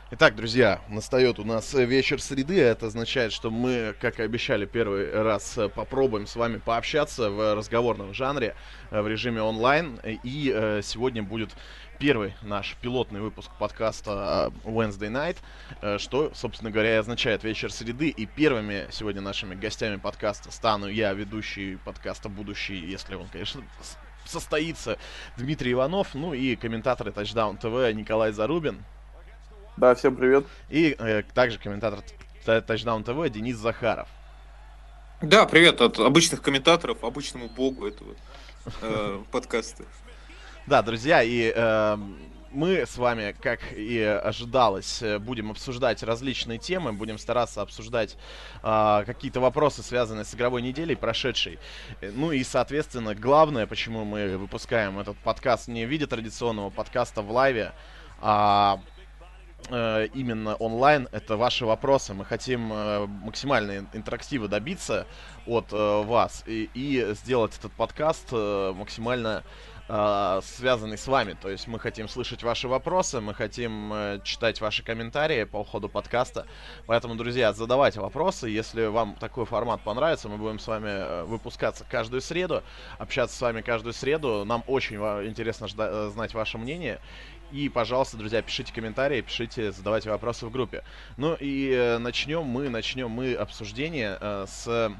Итак, друзья, настает у нас вечер среды. Это означает, что мы, как и обещали, первый раз попробуем с вами пообщаться в разговорном жанре в режиме онлайн. И сегодня будет первый наш пилотный выпуск подкаста Wednesday Night, что, собственно говоря, и означает вечер среды. И первыми сегодня нашими гостями подкаста стану я, ведущий подкаста «Будущий», если он, конечно, состоится, Дмитрий Иванов, ну и комментаторы Touchdown TV Николай Зарубин. Да, всем привет. И также комментатор Touchdown TV Денис Захаров. Да, привет от обычных комментаторов, обычному богу этого подкаста. Да, друзья, и мы с вами, как и ожидалось, будем обсуждать различные темы, будем стараться обсуждать какие-то вопросы, связанные с игровой неделей прошедшей. Ну и, соответственно, главное, почему мы выпускаем этот подкаст не в виде традиционного подкаста в лайве, а именно онлайн, это ваши вопросы. Мы хотим максимально интерактива добиться от вас и сделать этот подкаст максимально связанный с вами. То есть мы хотим слышать ваши вопросы, мы хотим читать ваши комментарии по ходу подкаста. Поэтому, друзья, задавайте вопросы. Если вам такой формат понравится, мы будем с вами выпускаться каждую среду, общаться с вами каждую среду. Нам очень интересно знать ваше мнение. И, пожалуйста, друзья, пишите комментарии, пишите, задавайте вопросы в группе. Ну и начнем мы обсуждение с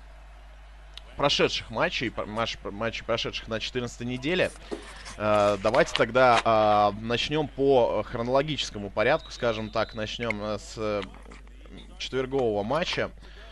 прошедших матчей прошедших на 14 неделе. Давайте тогда начнем по хронологическому порядку, скажем так, начнем с четвергового матча.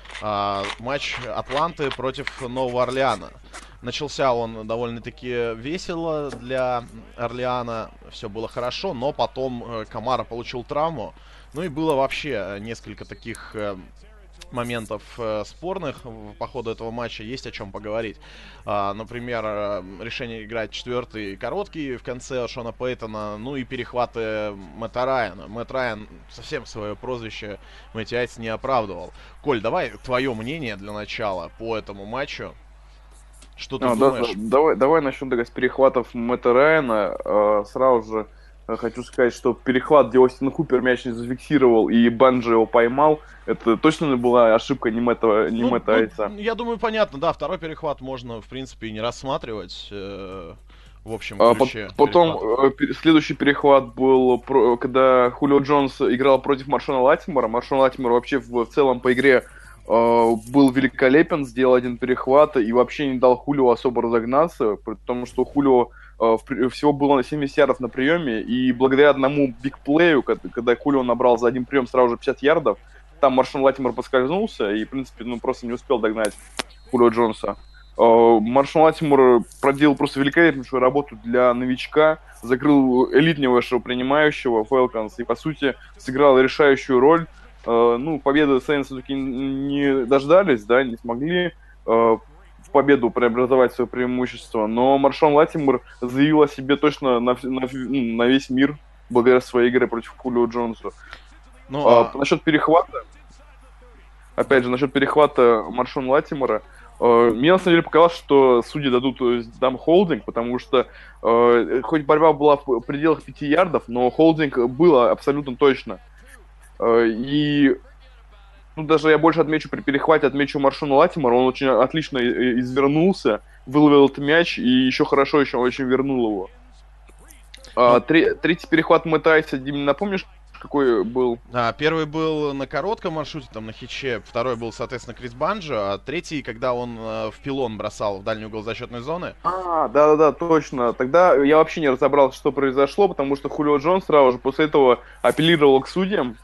Матч Атланты против Нового Орлеана. Начался он довольно-таки весело для Орлеана, все было хорошо, но потом Камара получил травму. Ну и было вообще несколько таких моментов спорных по ходу этого матча, есть о чем поговорить. Например, решение играть четвертый короткий в конце Шона Пейтона, ну и перехваты Мэтта Райана. Мэтт Райан совсем свое прозвище Мэтти Айс не оправдывал. Коль, давай твое мнение для начала по этому матчу. Что ты думаешь? Давай начнем с перехватов Мэтта Райана. Сразу же хочу сказать, что перехват, где Остин Хупер мяч не зафиксировал и Банджи его поймал, это точно была ошибка не Мэтта Айса. Я думаю, понятно, да, второй перехват можно, в принципе, и не рассматривать. В общем ключе. Потом следующий перехват был, когда Хулио Джонс играл против Маршона Латимора. Маршон Латимор вообще в целом по игре был великолепен, сделал один перехват и вообще не дал Хулио особо разогнаться, потому что у Хулио всего было на 70 ярдов на приеме, и благодаря одному бигплею, когда Хулио набрал за один прием сразу же 50 ярдов, там Маршон Латимор поскользнулся и, в принципе, просто не успел догнать Хулио Джонса. Маршон Латимор проделал просто великолепнейшую работу для новичка, закрыл элитнейшего принимающего Falcons и, по сути, сыграл решающую роль. Победы Saints все-таки не дождались, да, не смогли в победу преобразовать свое преимущество, но Маршон Латимор заявил о себе точно на весь мир благодаря своей игре против Хулио Джонса. Насчет перехвата, опять же, насчет перехвата Маршон Латимора, мне на самом деле показалось, что судьи дадут там холдинг, потому что хоть борьба была в пределах 5 ярдов, но холдинг было абсолютно точно. И даже я больше отмечу при перехвате, отмечу Маршона Латимора, он очень отлично извернулся, выловил этот мяч и еще хорошо еще очень вернул его. Третий перехват Мэтта Айса, Дим, напомнишь, какой был? Да, первый был на коротком маршруте, там на хитче, второй был, соответственно, Крис Банджо, а третий, когда он в пилон бросал в дальний угол защитной зоны. Да, точно. Тогда я вообще не разобрался, что произошло, потому что Хулио Джонс сразу же после этого апеллировал к судьям.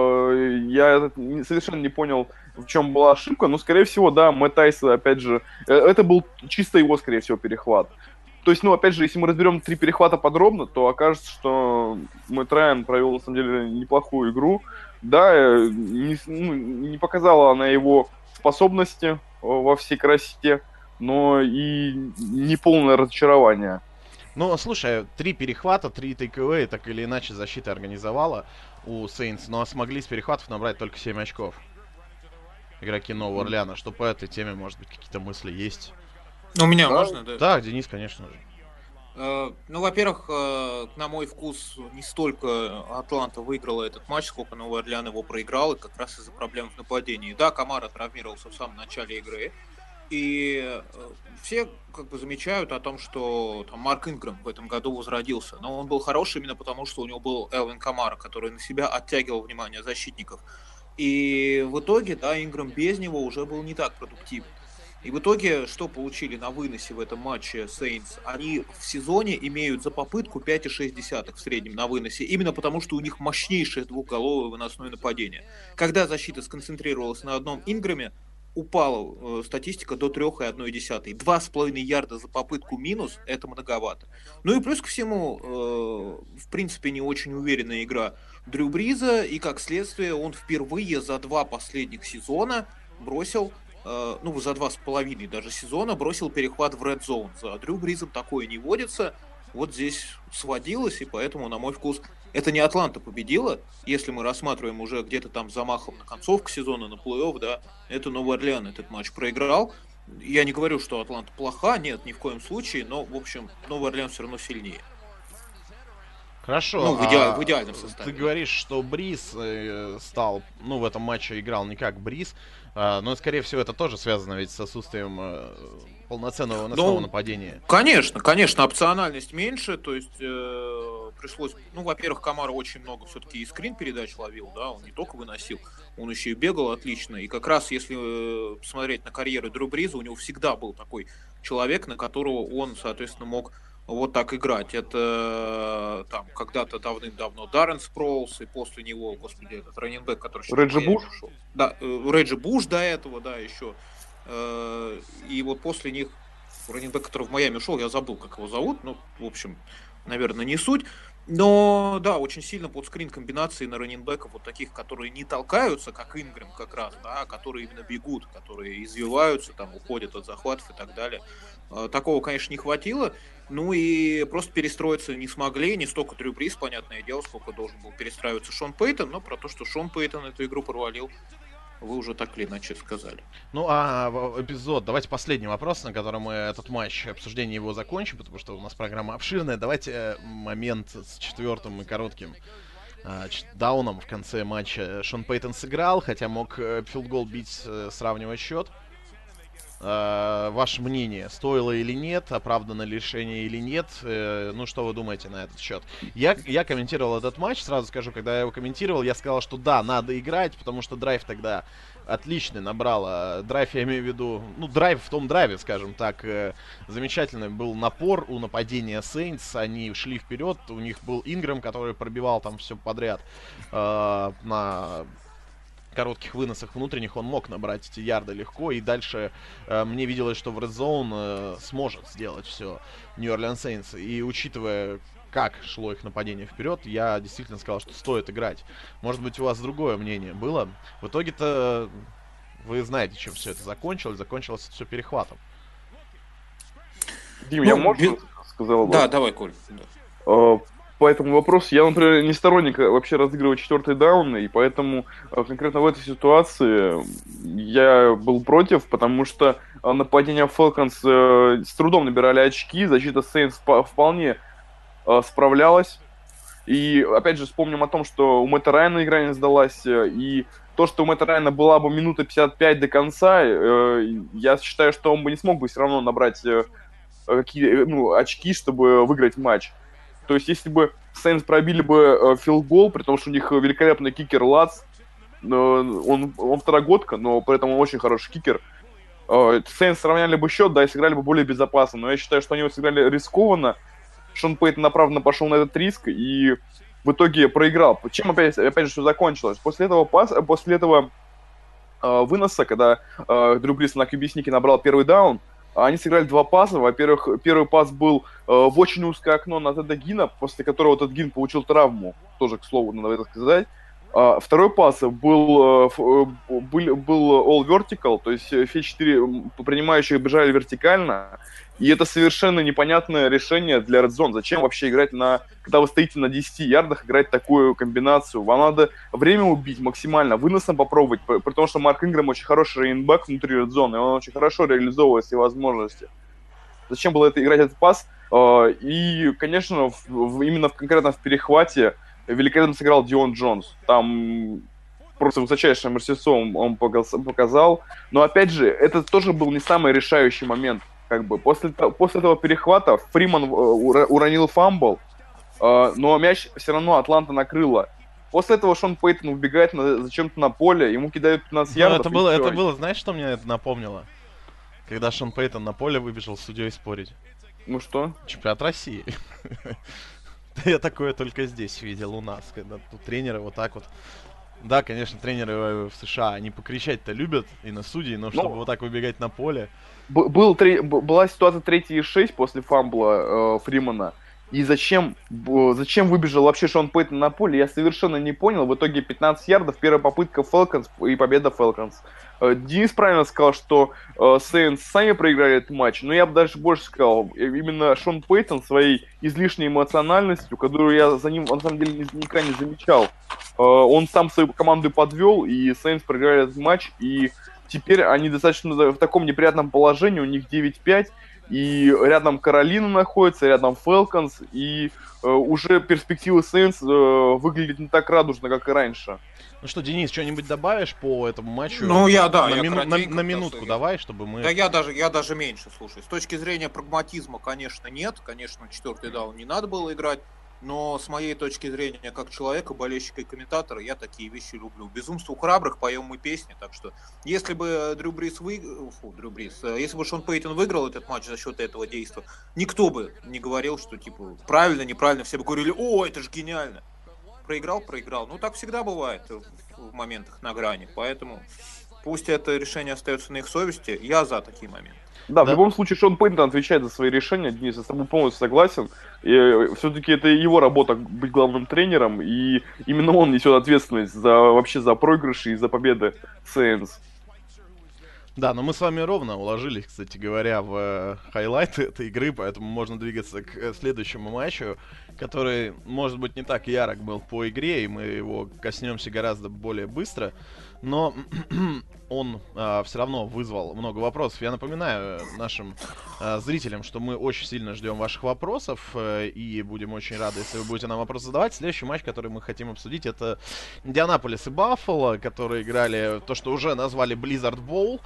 Я совершенно не понял, в чем была ошибка, но, скорее всего, да, Мэтт Айс, опять же, это был чисто его, скорее всего, перехват. То есть, опять же, если мы разберем 3 перехвата подробно, то окажется, что Мэтт Райан провел, на самом деле, неплохую игру. Да, не показала она его способности во всей красе, но и не полное разочарование. Ну, слушай, 3 перехвата, 3 тейк-эвэй, так или иначе защита организовала у Saints, но смогли с перехватов набрать только 7 очков. Игроки Нового Орлеана. Что по этой теме, может быть, какие-то мысли есть? У меня можно, да? Да, Денис, конечно же. Ну, во-первых, на мой вкус, не столько Атланта выиграла этот матч, сколько Новый Орлеан его проиграл, и как раз из-за проблем в нападении. Да, Камара травмировался в самом начале игры, и все как бы замечают о том, что там, Марк Ингрэм в этом году возродился. Но он был хороший именно потому, что у него был Элвин Камара, который на себя оттягивал внимание защитников. И в итоге, да, Ингрэм без него уже был не так продуктивен. И в итоге, что получили на выносе в этом матче Saints? Они в сезоне имеют за попытку 5,6 в среднем на выносе, именно потому, что у них мощнейшее двухголовое выносное нападение. Когда защита сконцентрировалась на одном Инграме, упала статистика до 3,1. 2,5 ярда за попытку минус, это многовато. Ну и плюс ко всему, в принципе, не очень уверенная игра Дрю Бриза, и как следствие он впервые за 2 последних сезона бросил, ну, за 2,5 даже сезона бросил перехват в Red Zone. За Дрю Бризом такое не водится. Вот здесь сводилось, и поэтому, на мой вкус, это не Атланта победила, если мы рассматриваем уже где-то там замахом на концовку сезона, на плей-офф, да, это Новый Орлеан этот матч проиграл. Я не говорю, что Атланта плоха, нет, ни в коем случае, но, в общем, Новый Орлеан все равно сильнее. Хорошо, Ну, в идеальном составе. Ты говоришь, что Бриз стал, ну, в этом матче играл не как Бриз, но, скорее всего, это тоже связано ведь с отсутствием полноценного выносного нападения. Конечно, опциональность меньше, то есть пришлось, ну, во-первых, Камара очень много все-таки и скрин-передач ловил, да, он не только выносил, он еще и бегал отлично, и как раз если посмотреть на карьеру Дрю Бриза, у него всегда был такой человек, на которого он, соответственно, мог вот так играть. Это там когда-то давным-давно Даррен Спроулс, и после него, господи, этот раннинбэк, который сейчас Реджи Буш? ушел. Да, Реджи Буш до этого, да, еще. И вот после них раннинбэк, который в Майами ушел, я забыл, как его зовут, ну, в общем, наверное, не суть. Но, да, очень сильно под скрин комбинации на раннинбэков, вот таких, которые не толкаются, как Ингрэм как раз, да, а которые именно бегут, которые извиваются, там, уходят от захватов и так далее. Такого, конечно, не хватило. Ну и просто перестроиться не смогли. Не столько Дрю Бриз, понятное дело, сколько должен был перестраиваться Шон Пейтон, но про то, что Шон Пейтон эту игру провалил, вы уже так или иначе сказали. Ну, эпизод, давайте последний вопрос, на котором мы этот матч, обсуждение его закончим, потому что у нас программа обширная. Давайте момент с 4-м и коротким дауном в конце матча. Шон Пейтон сыграл, хотя мог филдгол бить, сравнивать счет. Ваше мнение, стоило или нет, оправдано ли решение или нет, ну что вы думаете на этот счет? Я комментировал этот матч, сразу скажу, когда я его комментировал, я сказал, что да, надо играть, потому что драйв тогда отличный набрал. Драйв, я имею в виду, ну, драйв в том драйве, скажем так, замечательный был напор у нападения Saints, они шли вперед, у них был Ингрэм, который пробивал там все подряд на коротких выносах внутренних он мог набрать эти ярды легко, и дальше мне виделось, что в Red Zone сможет сделать все New Orleans Saints, и учитывая, как шло их нападение вперед, я действительно сказал, что стоит играть. Может быть, у вас другое мнение было? В итоге-то вы знаете, чем все это закончилось. Закончилось это все перехватом. Дим, я, можно сказал? Да, давай, Коль. По этому вопросу я, например, не сторонник вообще разыгрывать 4-й даун, и поэтому конкретно в этой ситуации я был против, потому что нападение Falcons с трудом набирали очки, защита Saints вполне справлялась. И опять же вспомним о том, что у Мэтта Райана игра не сдалась, и то, что у Мэтта Райана была бы минута 55 до конца, я считаю, что он бы не смог бы все равно набрать очки, чтобы выиграть матч. То есть, если бы Saints пробили бы филдгол, при том, что у них великолепный кикер Лац, он второгодка, но при этом он очень хороший кикер, Saints сравняли бы счет, да, и сыграли бы более безопасно. Но я считаю, что они его сыграли рискованно. Шон Пейтон направленно пошел на этот риск и в итоге проиграл. Чем опять же все закончилось? После этого выноса, когда Дрю Бриз на QB-снике набрал первый даун, они сыграли 2 паса. Во-первых, первый пас был в очень узкое окно на Теда Гина, после которого Тед Гин получил травму. Тоже, к слову, надо это сказать. Второй пас был all vertical, то есть все 4 принимающих бежали вертикально. И это совершенно непонятное решение для Red Zone. Зачем вообще играть когда вы стоите на 10 ярдах, играть такую комбинацию? Вам надо время убить максимально, выносом попробовать, при том, что Марк Ингрэм очень хороший раннинбэк внутри Red Zone, и он очень хорошо реализовывает все возможности. зачем было играть этот пас. И, конечно, именно конкретно в перехвате великолепно сыграл Дион Джонс. Там просто высочайшее мастерство он показал. Но, опять же, это тоже был не самый решающий момент. Как бы после этого перехвата Фриман уронил фамбл, но мяч все равно Атланта накрыла. После этого Шон Пейтон убегает зачем-то на поле, ему кидают 15 ярдов. Это было, знаешь, что мне это напомнило? Когда Шон Пейтон на поле выбежал с судьей спорить. Ну что? Чемпионат России. Я такое только здесь видел у нас, когда тут тренеры вот так вот. Да, конечно, тренеры в США, они покричать-то любят и на судей, но чтобы вот так выбегать на поле. Была ситуация 3-6 после фамбла Фримана. И зачем выбежал вообще Шон Пейтон на поле, я совершенно не понял. В итоге 15 ярдов, первая попытка Falcons и победа Falcons. Денис правильно сказал, что Saints сами проиграли этот матч, но я бы даже больше сказал, именно Шон Пейтон своей излишней эмоциональностью, которую я за ним на самом деле никогда не замечал, он сам свою команду подвел, и Saints проиграли этот матч, и теперь они достаточно в таком неприятном положении, у них 9-5, и рядом Каролина находится, рядом Falcons, и уже перспективы Saints выглядят не так радужно, как и раньше. Ну что, Денис, что-нибудь добавишь по этому матчу? Ну, на минутку давай, чтобы мы... Да я даже меньше, слушай. С точки зрения прагматизма, конечно, нет. Конечно, 4-й даун не надо было играть. Но с моей точки зрения, как человека, болельщика и комментатора, я такие вещи люблю. Безумству храбрых поем мы песни. Так что, если бы если бы Шон Пейтон выиграл этот матч за счет этого действия, никто бы не говорил, что типа правильно, неправильно. Все бы говорили: о, это же гениально. Проиграл. Ну, так всегда бывает в моментах на грани. Поэтому пусть это решение остается на их совести. Я за такие моменты. Да, в любом случае Шон Пейтон отвечает за свои решения, Денис, я с тобой полностью согласен. И все-таки это его работа быть главным тренером, и именно он несет ответственность за проигрыши и за победы Saints. Да, но мы с вами ровно уложились, кстати говоря, в хайлайты этой игры, поэтому можно двигаться к следующему матчу, который, может быть, не так ярок был по игре, и мы его коснемся гораздо более быстро, но он все равно вызвал много вопросов. Я напоминаю нашим зрителям, что мы очень сильно ждем ваших вопросов и будем очень рады, если вы будете нам вопросы задавать. Следующий матч, который мы хотим обсудить, это Индианаполис и Баффало, которые играли то, что уже назвали Blizzard Bowl.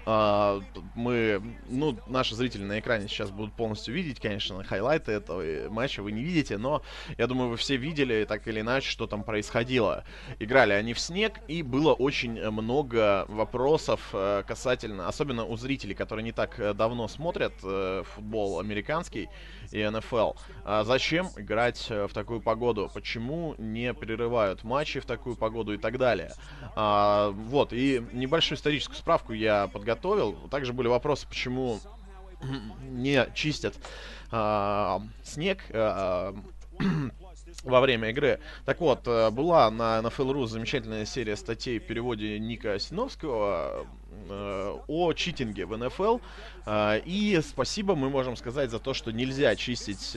Наши зрители на экране сейчас будут полностью видеть, конечно, хайлайты этого матча вы не видите, но я думаю, вы все видели так или иначе, что там происходило. Играли они в снег, и было очень много вопросов касательно, особенно у зрителей, которые не так давно смотрят футбол американский и НФЛ. Зачем играть в такую погоду? Почему не прерывают матчи в такую погоду и так далее? И небольшую историческую справку я подготовил. Также были вопросы, почему не чистят снег во время игры. Так вот, была на NFL.ru замечательная серия статей в переводе Ника Синовского о читинге в НФЛ. И спасибо мы можем сказать за то, что нельзя чистить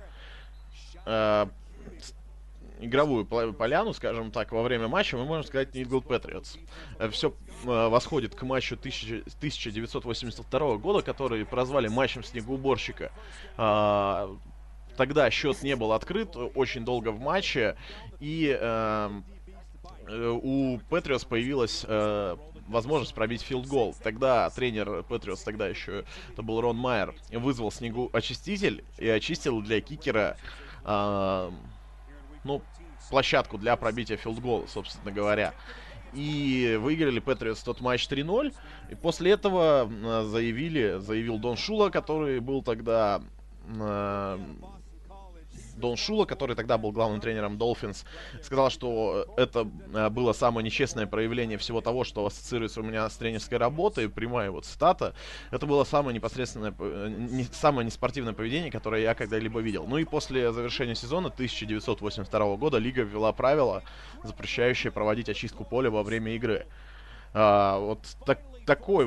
игровую поляну, скажем так, во время матча, мы можем сказать New England Patriots. Все восходит к матчу 1982 года, который прозвали матчем снегоуборщика. Тогда счет не был открыт очень долго в матче, и у Патриотс появилась возможность пробить филд-гол. Тогда тренер Патриотс, тогда еще это был Рон Майер, вызвал снегоочиститель и очистил для кикера площадку для пробития филд-гола, собственно говоря. И выиграли Патриотс тот матч 3-0. И после этого заявил Дон Шула, который был тогда... Дон Шула, который тогда был главным тренером Dolphins, сказал, что это было самое нечестное проявление всего того, что ассоциируется у меня с тренерской работой. Прямая цитата. Это было самое непосредственное, самое неспортивное поведение, которое я когда-либо видел. Ну и после завершения сезона 1982 года лига ввела правила, запрещающие проводить очистку поля во время игры. Такой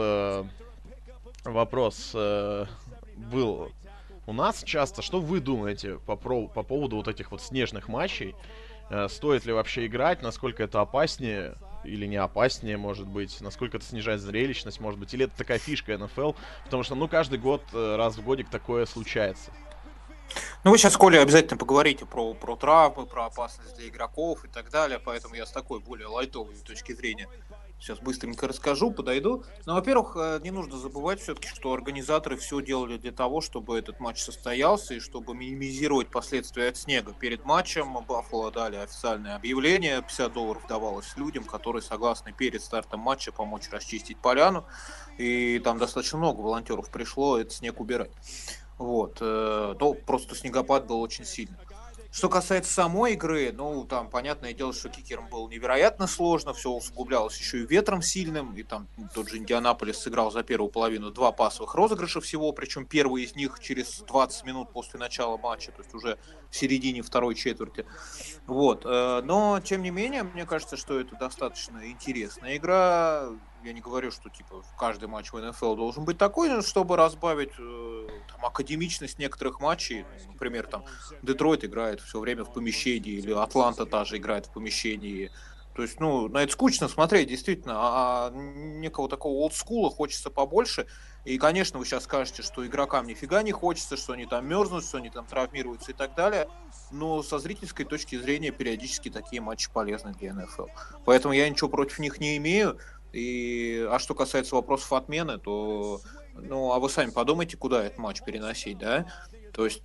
вопрос был у нас часто. Что вы думаете по поводу этих снежных матчей? Стоит ли вообще играть? Насколько это опаснее? или не опаснее, может быть, насколько это снижает зрелищность, может быть, или это такая фишка НФЛ, потому что, ну, каждый год, раз в годик такое случается. Ну, вы сейчас, Коля, обязательно поговорите про травмы, про опасность для игроков и так далее, поэтому я с такой более лайтовой точки зрения сейчас быстренько расскажу, подойду. Но, во-первых, не нужно забывать все-таки, что организаторы все делали для того, чтобы этот матч состоялся и чтобы минимизировать последствия от снега. Перед матчем Баффало дали официальное объявление, $50 давалось людям, которые согласны перед стартом матча помочь расчистить поляну, и там достаточно много волонтеров пришло этот снег убирать. Вот, то просто снегопад был очень сильный. Что касается самой игры, ну, там, понятное дело, что кикерам было невероятно сложно, все усугублялось еще и ветром сильным, и там тот же Индианаполис сыграл за первую половину 2 пасовых розыгрыша всего, причем первый из них через 20 минут после начала матча, то есть уже в середине второй четверти. Вот, но, тем не менее, мне кажется, что это достаточно интересная игра. Я не говорю, что типа каждый матч в НФЛ должен быть такой, чтобы разбавить там, академичность некоторых матчей. Например, там Детройт играет все время в помещении, или Атланта та же играет в помещении. То есть, ну, на это скучно смотреть, действительно, а некого такого олдскула хочется побольше. И, конечно, вы сейчас скажете, что игрокам нифига не хочется, что они там мерзнут, что они там травмируются и так далее. Но со зрительской точки зрения периодически такие матчи полезны для НФЛ. Поэтому я ничего против них не имею. А что касается вопросов отмены, то, ну, а вы сами подумайте, куда этот матч переносить, да? То есть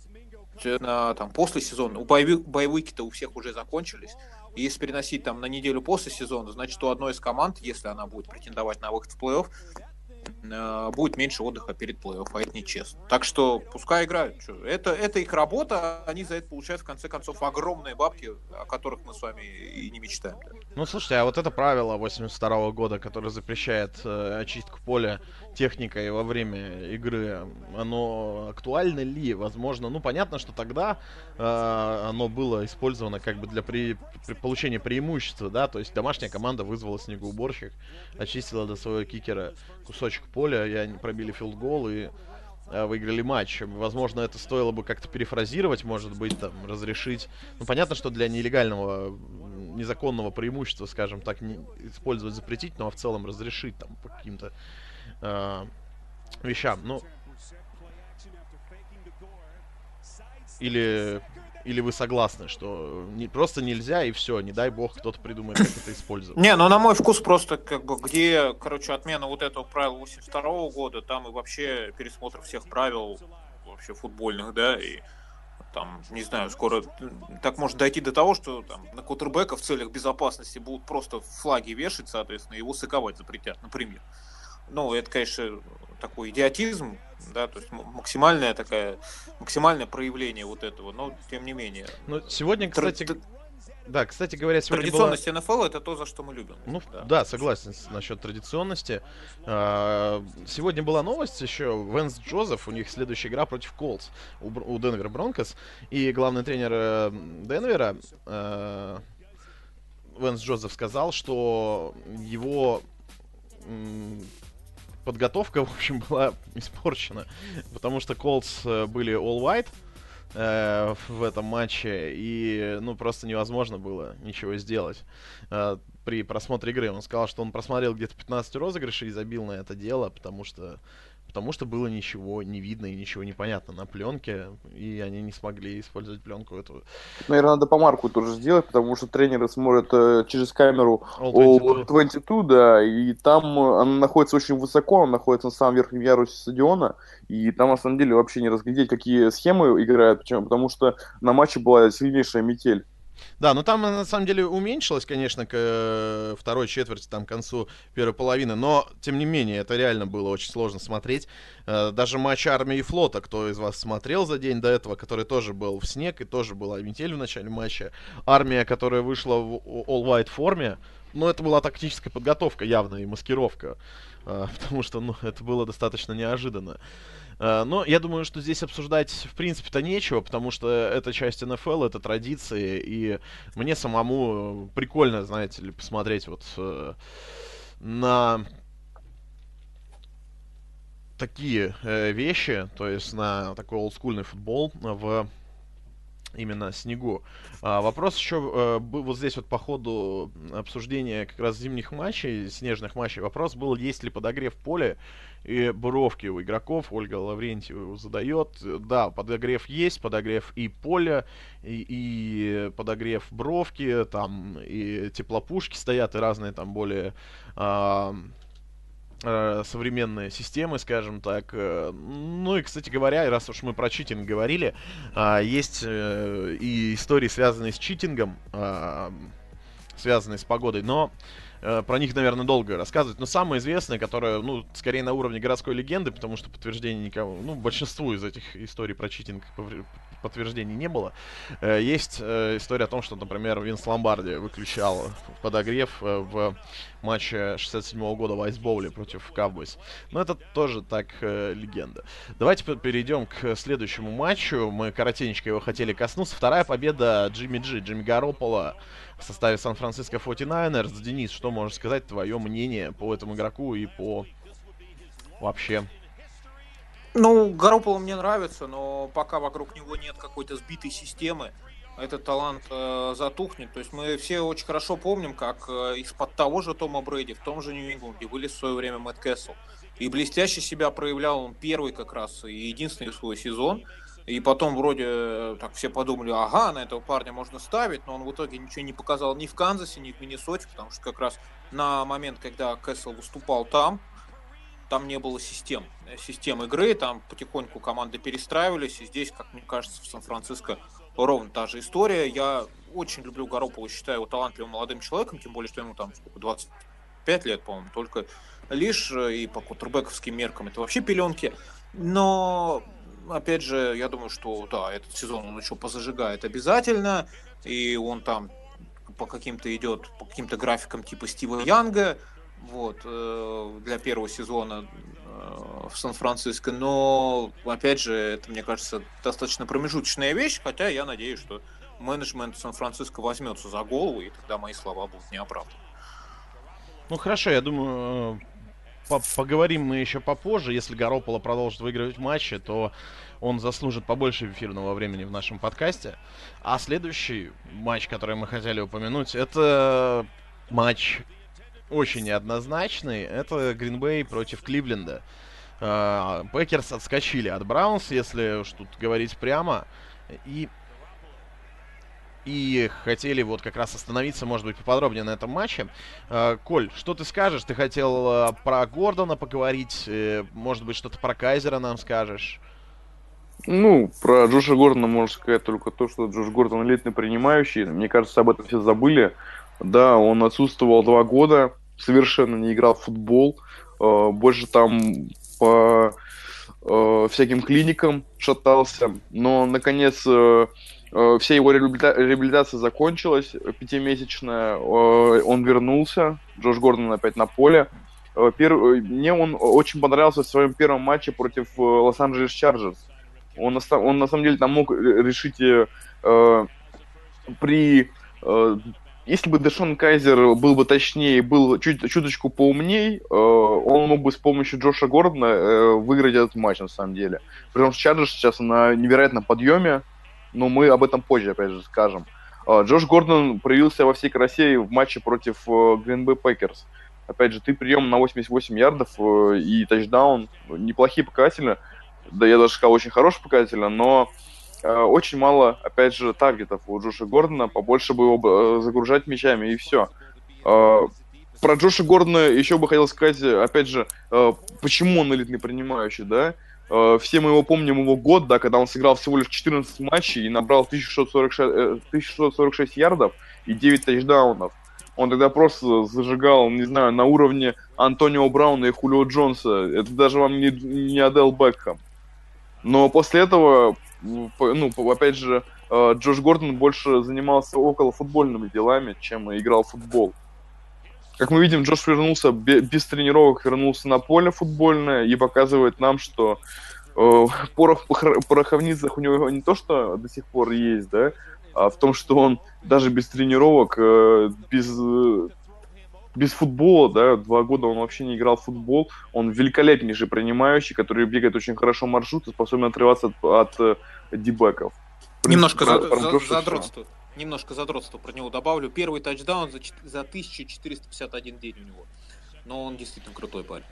там, после сезона, боевики-то у всех уже закончились, и если переносить там на неделю после сезона, значит, у одной из команд, если она будет претендовать на выход в плей-офф, будет меньше отдыха перед плей-офф, а это нечестно. Так что пускай играют. Это их работа, они за это получают в конце концов огромные бабки, о которых мы с вами и не мечтаем. Да. Ну, слушайте, а вот это правило 82 года, которое запрещает очистку поля техникой во время игры, оно актуально ли? Возможно, ну, понятно, что тогда оно было использовано как бы для получения преимущества, да, то есть домашняя команда вызвала снегоуборщик, очистила до своего кикера кусочек поля, и они пробили филдгол и выиграли матч. Возможно, это стоило бы как-то перефразировать, может быть, там, разрешить. Ну, понятно, что для нелегального, незаконного преимущества, скажем так, не использовать запретить, но в целом разрешить там по каким-то вещам. Ну, или вы согласны, что просто нельзя и все, не дай бог кто-то придумает, как это использовать? Не, ну на мой вкус просто как бы где, короче, отмена вот этого правила 82 года, там и вообще пересмотр всех правил вообще футбольных, да, и там, не знаю, скоро так может дойти до того, что там на квотербека в целях безопасности будут просто флаги вешать, соответственно, его сыковать запретят, например. Ну, это, конечно, такой идиотизм, да, то есть максимальное проявление вот этого, но тем не менее. Ну, сегодня, кстати... Да, кстати говоря, сегодня традиционность НФЛ это то, за что мы любим. Ну, да, согласен насчет традиционности. Сегодня была новость еще. Венс Джозеф, у них следующая игра против Колтс у Денвер Бронкос. И главный тренер Денвера Венс Джозеф сказал, что его подготовка, в общем, была испорчена. Потому что Колтс были all-white в этом матче, и, ну, просто невозможно было ничего сделать при просмотре игры. Он сказал, что он просмотрел где-то 15 розыгрышей и забил на это дело, потому что было ничего не видно и ничего не понятно на пленке, и они не смогли использовать пленку эту. Наверное, надо помарку тоже сделать, потому что тренеры смотрят через камеру All-22, да, и там она находится очень высоко, она находится на самом верхнем ярусе стадиона, и там на самом деле вообще не разглядеть, какие схемы играют, почему? Потому что на матче была сильнейшая метель. Да, но там на самом деле уменьшилось, конечно, к второй четверти, там, к концу первой половины, но, тем не менее, это реально было очень сложно смотреть. Даже матч Армии и Флота, кто из вас смотрел за день до этого, который тоже был в снег и тоже была метель в начале матча. Армия, которая вышла в all-white форме, ну, это была тактическая подготовка явно и маскировка, потому что, ну, это было достаточно неожиданно. Но я думаю, что здесь обсуждать в принципе-то нечего, потому что это часть НФЛ, это традиции, и мне самому прикольно, знаете ли, посмотреть вот на такие вещи, то есть на такой олдскульный футбол в именно снегу. Вопрос еще был вот здесь вот по ходу обсуждения как раз зимних матчей, снежных матчей. Вопрос был, есть ли подогрев поля и бровки у игроков. Ольга Лаврентьева задает. Да, подогрев есть, подогрев и поля, и подогрев бровки, там и теплопушки стоят, и разные там более современные системы, скажем так. Ну и, кстати говоря, раз уж мы про читинг говорили, есть и истории, связанные с читингом, связанные с погодой, но про них, наверное, долго рассказывать. Но самое известное, которое, ну, скорее на уровне городской легенды, потому что подтверждений никого, ну, большинству из этих историй про читинг подтверждений не было. Есть история о том, что, например, Винс Ломбарди выключал подогрев в матче 67-го года в Айсбоуле против Cowboys. Но это тоже так легенда. Давайте перейдем к следующему матчу. Мы коротенько его хотели коснуться. Вторая победа Джимми Гарополо в составе Сан-Франциско 49ers. Денис, что можешь сказать, твое мнение по этому игроку и по вообще? Ну, Гарополо мне нравится, но пока вокруг него нет какой-то сбитой системы, этот талант затухнет. То есть мы все очень хорошо помним, как из-под того же Тома Брэди в том же Нью-Ингланде вылез в свое время Мэтт Кэссел. И блестяще себя проявлял он первый как раз и единственный свой сезон. И потом вроде так все подумали, ага, на этого парня можно ставить, но он в итоге ничего не показал ни в Канзасе, ни в Миннесоте, потому что как раз на момент, когда Кэссел выступал там не было систем игры, там потихоньку команды перестраивались, и здесь, как мне кажется, в Сан-Франциско ровно та же история. Я очень люблю Гарополо, считаю его талантливым молодым человеком, тем более, что ему там 25 лет, по-моему, только лишь, и по квотербековским меркам это вообще пеленки. Но, опять же, я думаю, что, да, этот сезон он еще позажигает обязательно, и он там по каким-то идет, по каким-то графикам типа Стива Янга, вот, для первого сезона в Сан-Франциско, но, опять же, это, мне кажется, достаточно промежуточная вещь, хотя я надеюсь, что менеджмент Сан-Франциско возьмется за голову, и тогда мои слова будут неоправданы. Ну, хорошо, я думаю, поговорим мы еще попозже. Если Гарополо продолжит выигрывать матчи, то он заслужит побольше эфирного времени в нашем подкасте. А следующий матч, который мы хотели упомянуть, это матч очень неоднозначный. Это Грин-Бэй против Кливленда. Пекерс отскочили от Браунс, если уж тут говорить прямо. И хотели вот как раз остановиться, может быть, поподробнее на этом матче. Коль, что ты скажешь? Ты хотел про Гордона поговорить? Может быть, что-то про Кайзера нам скажешь? Ну, про Джоша Гордона можно сказать только то, что Джош Гордон элитный принимающий. Мне кажется, об этом все забыли. Да, он отсутствовал 2 года, совершенно не играл в футбол. Больше там по всяким клиникам шатался. Но, наконец, вся его реабилитация закончилась, 5-месячная. Он вернулся. Джош Гордон опять на поле. Мне он очень понравился в своем первом матче против Лос-Анджелес Чарджерс. Он на самом деле там мог решить если бы Дэшон Кайзер был бы точнее, был чуточку поумней, он мог бы с помощью Джоша Гордона выиграть этот матч, на самом деле. Причем Чарджерс сейчас на невероятном подъеме, но мы об этом позже, опять же, скажем. Джош Гордон проявился во всей красе в матче против Green Bay Packers. Опять же, 3 приема на 88 ярдов и тачдаун. Неплохие показатели. Да, я даже сказал, очень хорошие показатели, но очень мало, опять же, таргетов у Джоша Гордона. Побольше бы его загружать мячами, и все. Про Джоша Гордона еще бы хотел сказать, опять же, почему он элитный принимающий, да? Все мы его помним, его год, да, когда он сыграл всего лишь 14 матчей и набрал 1646 ярдов и 9 тачдаунов. Он тогда просто зажигал, не знаю, на уровне Антонио Брауна и Хулио Джонса. Это даже вам не Адел Бекхэм. Но после этого, ну, опять же, Джош Гордон больше занимался около футбольными делами, чем играл в футбол. Как мы видим, Джош вернулся без тренировок, вернулся на поле футбольное и показывает нам, что порох в пороховницах у него не то, что до сих пор есть, да, а в том, что он даже без тренировок, без футбола, да, 2 года он вообще не играл в футбол. Он великолепнейший принимающий, который бегает очень хорошо маршрут и способен отрываться от дебеков. Немножко про Джоша задротство. Немножко задротства про него добавлю. Первый тачдаун за 1451 день у него. Но он действительно крутой парень.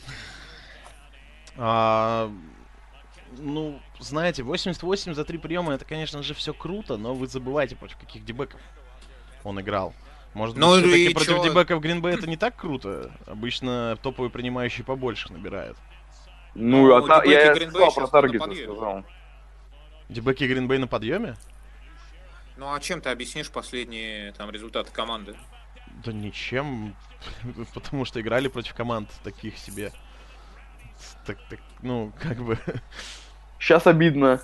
Ну, знаете, 88 за 3 приема, это, конечно же, все круто, но вы забываете, против каких дебеков он играл. Может быть, все-таки против дебеков Green Bay это не так круто? Обычно топовые принимающие побольше набирают. Ну, я сказал про таргеты, сказал. Дебеки Green Bay на подъеме? Ну, а чем ты объяснишь последние там результаты команды? Да ничем, потому что играли против команд таких себе. Так, ну, как бы... Сейчас обидно.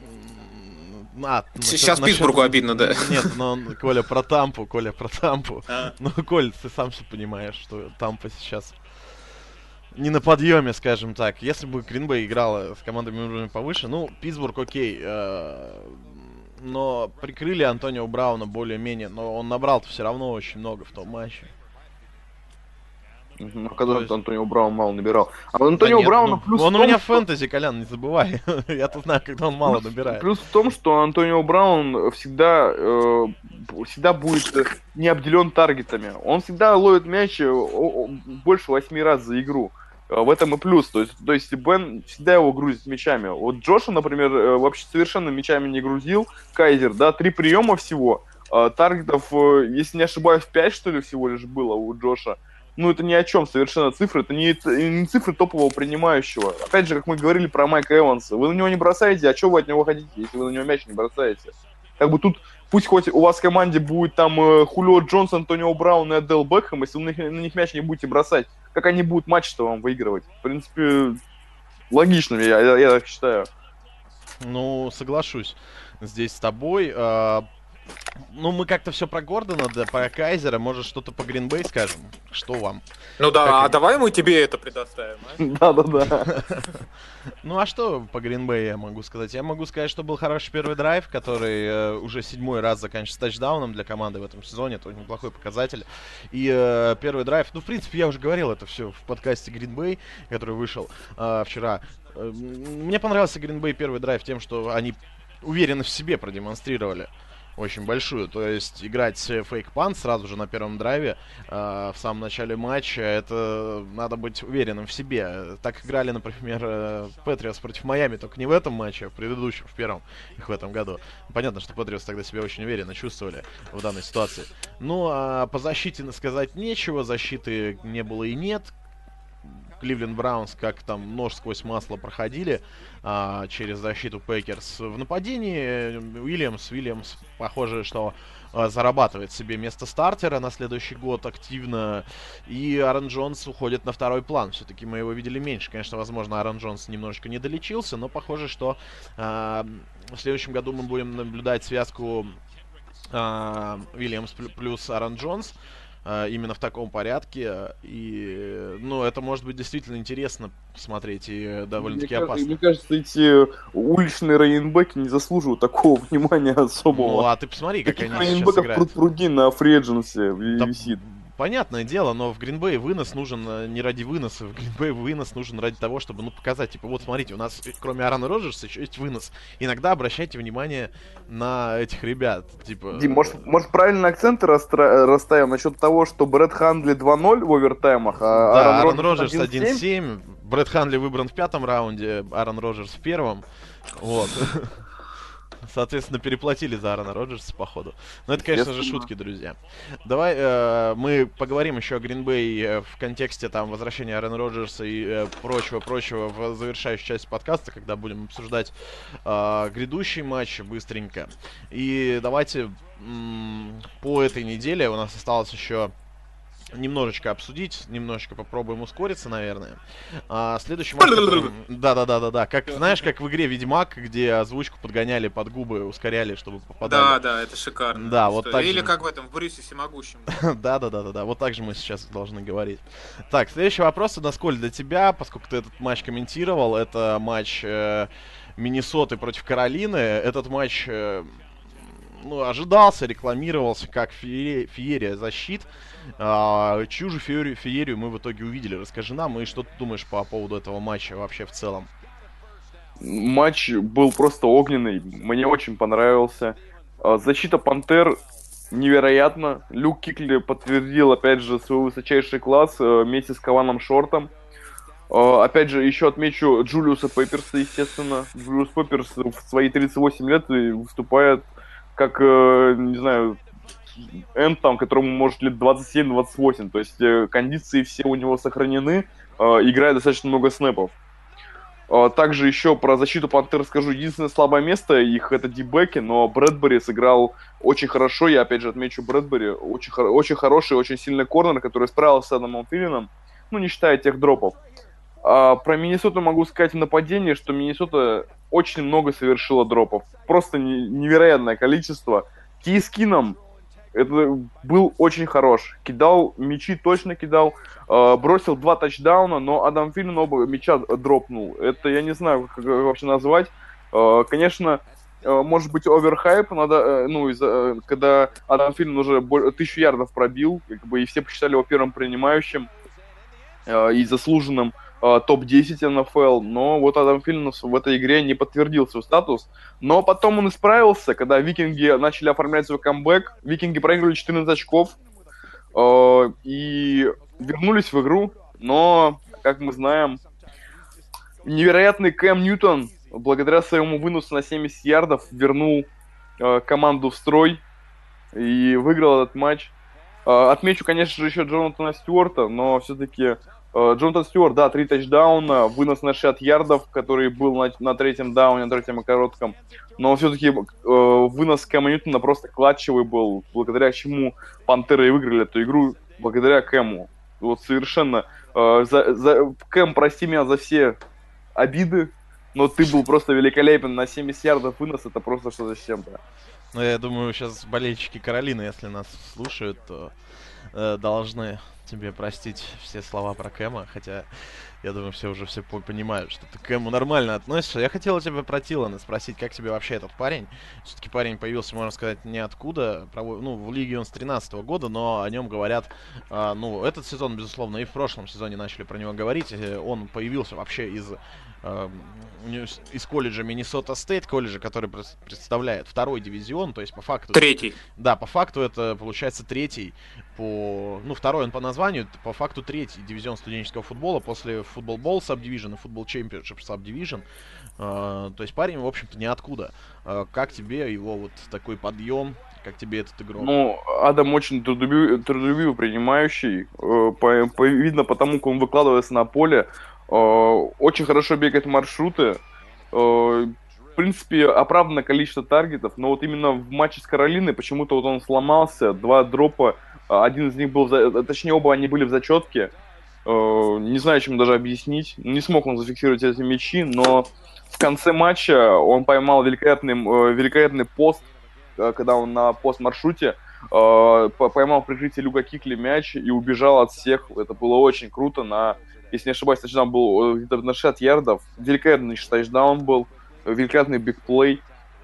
Сейчас Питтсбургу обидно, да. Нет, но Коля про Тампу. Ну, Коль, ты сам все понимаешь, что Тампа сейчас не на подъеме, скажем так. Если бы Green Bay играла с командами уровня повыше, ну, Питтсбург окей. Но прикрыли Антонио Брауна более-менее, но он набрал-то все равно очень много в том матче. Ну, когда Антонио Браун мало набирал. А Антонио Брауна плюс он у меня в фэнтези, Колян, не забывай. Я-то знаю, когда он мало набирает. Плюс в том, что Антонио Браун всегда будет не обделен таргетами. Он всегда ловит мяч больше 8 раз за игру. В этом и плюс. То есть Бен всегда его грузит мячами. Вот Джоша, например, вообще совершенно мячами не грузил. Кайзер, да, 3 приема всего. Таргетов, если не ошибаюсь, 5, что ли, всего лишь было у Джоша. Ну, это ни о чем совершенно цифры. Это не цифры топового принимающего. Опять же, как мы говорили про Майка Эванса. Вы на него не бросаете, а что вы от него хотите, если вы на него мяч не бросаете? Как бы тут, пусть хоть у вас в команде будет там Хулио Джонс, Антонио Браун и Адел Бекхэм, если вы на них мяч не будете бросать, как они будут матч-то вам выигрывать? В принципе, логично, я так считаю. Ну, соглашусь здесь с тобой. Ну, мы как-то все про Гордона, да, про Кайзера, может, что-то по Green Bay скажем? Что вам? Ну да, давай мы тебе это предоставим, а? Да. Ну, а что по Green Bay я могу сказать? Я могу сказать, что был хороший первый драйв, который уже 7-й раз заканчивается тачдауном для команды в этом сезоне. Это очень неплохой показатель. И первый драйв, ну, в принципе, я уже говорил это все в подкасте Green Bay, который вышел вчера. Мне понравился Green Bay первый драйв тем, что они уверенно в себе продемонстрировали. Очень большую. То есть играть фейк-пант сразу же на первом драйве в самом начале матча, это надо быть уверенным в себе. Так играли, например, Патриотс против Майами, только не в этом матче, а в предыдущем, в первом, их в этом году. Понятно, что Патриотс тогда себя очень уверенно чувствовали в данной ситуации. Ну, а по защите сказать нечего, защиты не было и нет. Кливленд Браунс как там нож сквозь масло проходили через защиту Пейкерс. В нападении Уильямс, похоже, что зарабатывает себе место стартера на следующий год активно. И Аарон Джонс уходит на второй план. Все-таки мы его видели меньше. Конечно, возможно, Аарон Джонс немножечко не долечился, но похоже, что в следующем году мы будем наблюдать связку Уильямс плюс Аарон Джонс. Именно в таком порядке. И, ну, это может быть действительно интересно смотреть и довольно-таки опасно. Мне кажется, эти уличные раннинбеки не заслуживают такого внимания особого. Ну, а ты посмотри, как они сейчас играют. Пруд-пруди на фри-эдженсе висит. Понятное дело, но в Green Bay вынос нужен не ради выноса, в Green Bay вынос нужен ради того, чтобы, ну, показать, типа, вот смотрите, у нас кроме Аарона Роджерса еще есть вынос. Иногда обращайте внимание на этих ребят, типа... Дим, может правильно акценты расставим насчет того, что Брэд Хандли 2-0 в овертаймах, а да, Аарон Роджерс 1-7, Брэд Хандли выбран в 5-м раунде, Аарон Роджерс в 1-м, вот. Соответственно, переплатили за Аарона Роджерса, походу. Но это, конечно же, шутки, друзья. Давай мы поговорим еще о Green Bay в контексте там возвращения Аарона Роджерса и прочего в завершающей части подкаста, когда будем обсуждать грядущий матч быстренько. И давайте по этой неделе у нас осталось еще немножечко обсудить, немножечко попробуем ускориться, наверное. Следующий матч... Да. Как, знаешь, как в игре Ведьмак, где озвучку подгоняли под губы, ускоряли, чтобы попадали. Да, это шикарно. Да, вот так или же... как в этом, в Брюсе Всемогущем. Да. Вот так же мы сейчас должны говорить. Так, следующий вопрос, насколько для тебя, поскольку ты этот матч комментировал, это матч Миннесоты против Каролины. Этот матч... ожидался, рекламировался как феерия защит. Чью же феерию мы в итоге увидели? Расскажи нам, и что ты думаешь по поводу этого матча вообще в целом? Матч был просто огненный, мне очень понравился. Защита Пантер невероятно. Люк Кикли подтвердил, опять же, свой высочайший класс вместе с Каваном Шортом. Опять же, еще отмечу Джулиуса Пепперса, естественно. Джулиус Пепперс в свои 38 лет выступает как, не знаю, энд, там, которому может лет 27-28. То есть кондиции все у него сохранены, играет достаточно много снэпов. Также еще про защиту Пантер скажу. Единственное слабое место их это дибеки, но Брэдбери сыграл очень хорошо. Я опять же отмечу Брэдбери. Очень хороший, очень сильный корнер, который справился с Адамом Филином. Ну, не считая тех дропов. Про Миннесоту могу сказать в нападении, что Миннесота очень много совершила дропов. Просто невероятное количество. Кейс Кином это был очень хорош. Кидал, мячи точно кидал. Бросил 2 тачдауна, но Адам Филин оба мяча дропнул. Это я не знаю, как вообще назвать. Конечно, может быть оверхайп, надо, когда Адам Филин уже 1000 ярдов пробил, как бы, и все посчитали его первым принимающим и заслуженным топ-10 НФЛ, но вот Адам Филин в этой игре не подтвердил свой статус, но потом он исправился, когда Викинги начали оформлять свой камбэк, Викинги проиграли 14 очков и вернулись в игру, но, как мы знаем, невероятный Кэм Ньютон, благодаря своему выносу на 70 ярдов, вернул команду в строй и выиграл этот матч. Отмечу, конечно же, еще Джонатана Стюарта, но все-таки Джонатан Стюарт, да, 3 тачдауна, вынос на 60 ярдов, который был на третьем дауне, на третьем и коротком. Но все-таки вынос Кэма Ньютона просто клатчевый был, благодаря чему Пантеры и выиграли эту игру, благодаря Кэму. Вот совершенно. Кэм, прости меня за все обиды, но ты был просто великолепен на 70 ярдов вынос, это просто что-то с чем-то. Ну, я думаю, сейчас болельщики Каролины, если нас слушают, то должны тебе простить все слова про Кэма, хотя я думаю, все понимают, что ты к Кэму нормально относишься. Я хотел у тебя про Тилана спросить, как тебе вообще этот парень? Все-таки парень появился, можно сказать, ниоткуда. Ну, в лиге он с 2013 года, но о нем говорят, этот сезон, безусловно, и в прошлом сезоне начали про него говорить. Он появился вообще из колледжа Миннесота Стейт, колледжа, который представляет второй дивизион, то есть по факту... Третий. Да, по факту это получается третий второй он по названию, по факту третий дивизион студенческого футбола после Football Bowl Subdivision и Football Championship Subdivision. То есть парень, в общем-то, ниоткуда. Как тебе его вот такой подъем? Как тебе этот игрок? Ну, Адам очень трудолюбивый принимающий. Видно потому, как он выкладывается на поле. Очень хорошо бегает маршруты. В принципе, оправданное количество таргетов. Но вот именно в матче с Каролиной почему-то вот он сломался. 2 дропа. Один из них был, точнее, оба они были в зачетке. Не знаю, чем даже объяснить. Не смог он зафиксировать эти мячи, но в конце матча он поймал великолепный пост, когда он на пост-маршруте поймал в прикрытии Люка Кикли мяч и убежал от всех. Это было очень круто. Если не ошибаюсь, тачдаун был где-то на 60 ярдов. Великолепный тачдаун был. Великолепный бигплей.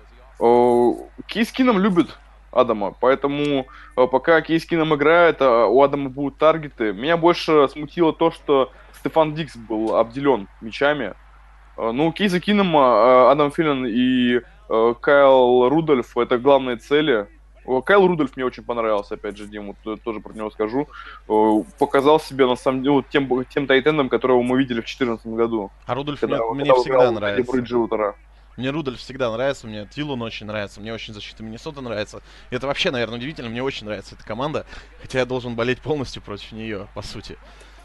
Кейс Кином любит Адама, поэтому пока Кейс Кином играет, у Адама будут таргеты. Меня больше смутило то, что Стефан Дикс был обделен мячами. Кейса Кинома, Адам Филин и Кайл Рудольф — это главные цели. Кайл Рудольф мне очень понравился, опять же, Дим, вот, тоже про него скажу. Показал себя, на самом деле, тем тайтендом, которого мы видели в 2014 году. А Рудольф мне всегда нравится. Бриджвотера. Мне Рудольф всегда нравится, мне Тилун очень нравится, мне очень защита Миннесоты нравится. И это вообще, наверное, удивительно, мне очень нравится эта команда, хотя я должен болеть полностью против нее, по сути.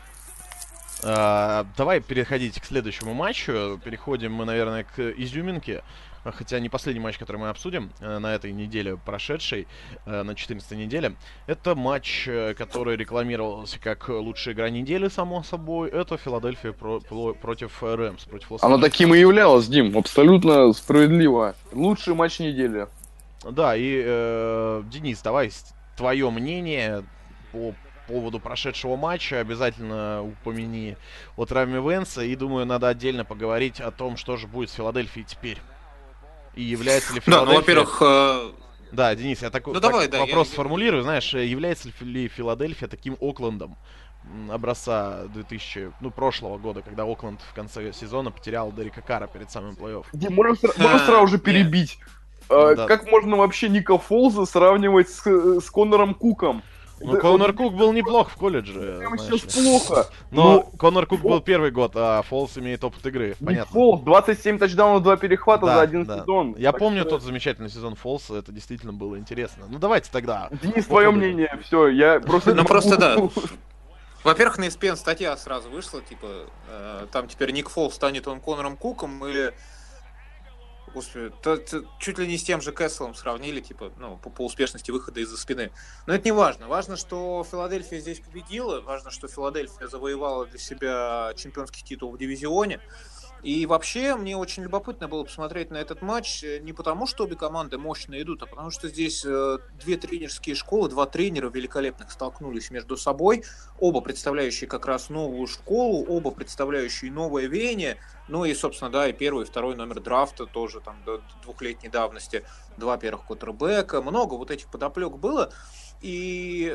Давай переходить к следующему матчу. Переходим мы, наверное, к изюминке. Хотя не последний матч, который мы обсудим на этой неделе прошедшей, на 14-й неделе. Это матч, который рекламировался как лучшая игра недели, само собой. Это Филадельфия против Рэмс, против Лос-Анджелеса. Оно таким и являлось, Дим, абсолютно справедливо. Лучший матч недели. Да, и, Денис, давай твое мнение по поводу прошедшего матча. Обязательно упомяни о травме Венса. И, думаю, надо отдельно поговорить о том, что же будет с Филадельфией теперь. И является ли Филадельфия... во-первых... Да, Денис, я такой вопрос сформулирую. Знаешь, является ли Филадельфия таким Оклендом, образца 2000, прошлого года, когда Окленд в конце сезона потерял Дерека Карра перед самым плей-офф. Дим, можно сразу же перебить. Да. Как можно вообще Ника Фолза сравнивать с Конором Куком? Конор Кук был неплох в колледже. Прямо сейчас плохо. Но Конор Кук был первый год, а Фолз имеет опыт игры. Понятно. Фолз, 27 тачдаунов, 2 перехвата за один сезон. Я помню тот замечательный сезон Фолза, это действительно было интересно. Давайте тогда. Денис, твое мнение, все, я просто... да. Во-первых, на ESPN статья сразу вышла, там теперь Ник Фолз станет он Конором Куком, или... Господи, чуть ли не с тем же Кэсселом сравнили, по успешности выхода из-за спины. Но это не важно. Важно, что Филадельфия здесь победила. Важно, что Филадельфия завоевала для себя чемпионский титул в дивизионе. И вообще, мне очень любопытно было посмотреть на этот матч не потому, что обе команды мощно идут, а потому что здесь две тренерские школы, два тренера великолепных столкнулись между собой, оба представляющие как раз новую школу, оба представляющие новое веяние, и, собственно, и первый, и второй номер драфта тоже там до 2-летней давности, два первых квотербека, много вот этих подоплек было, и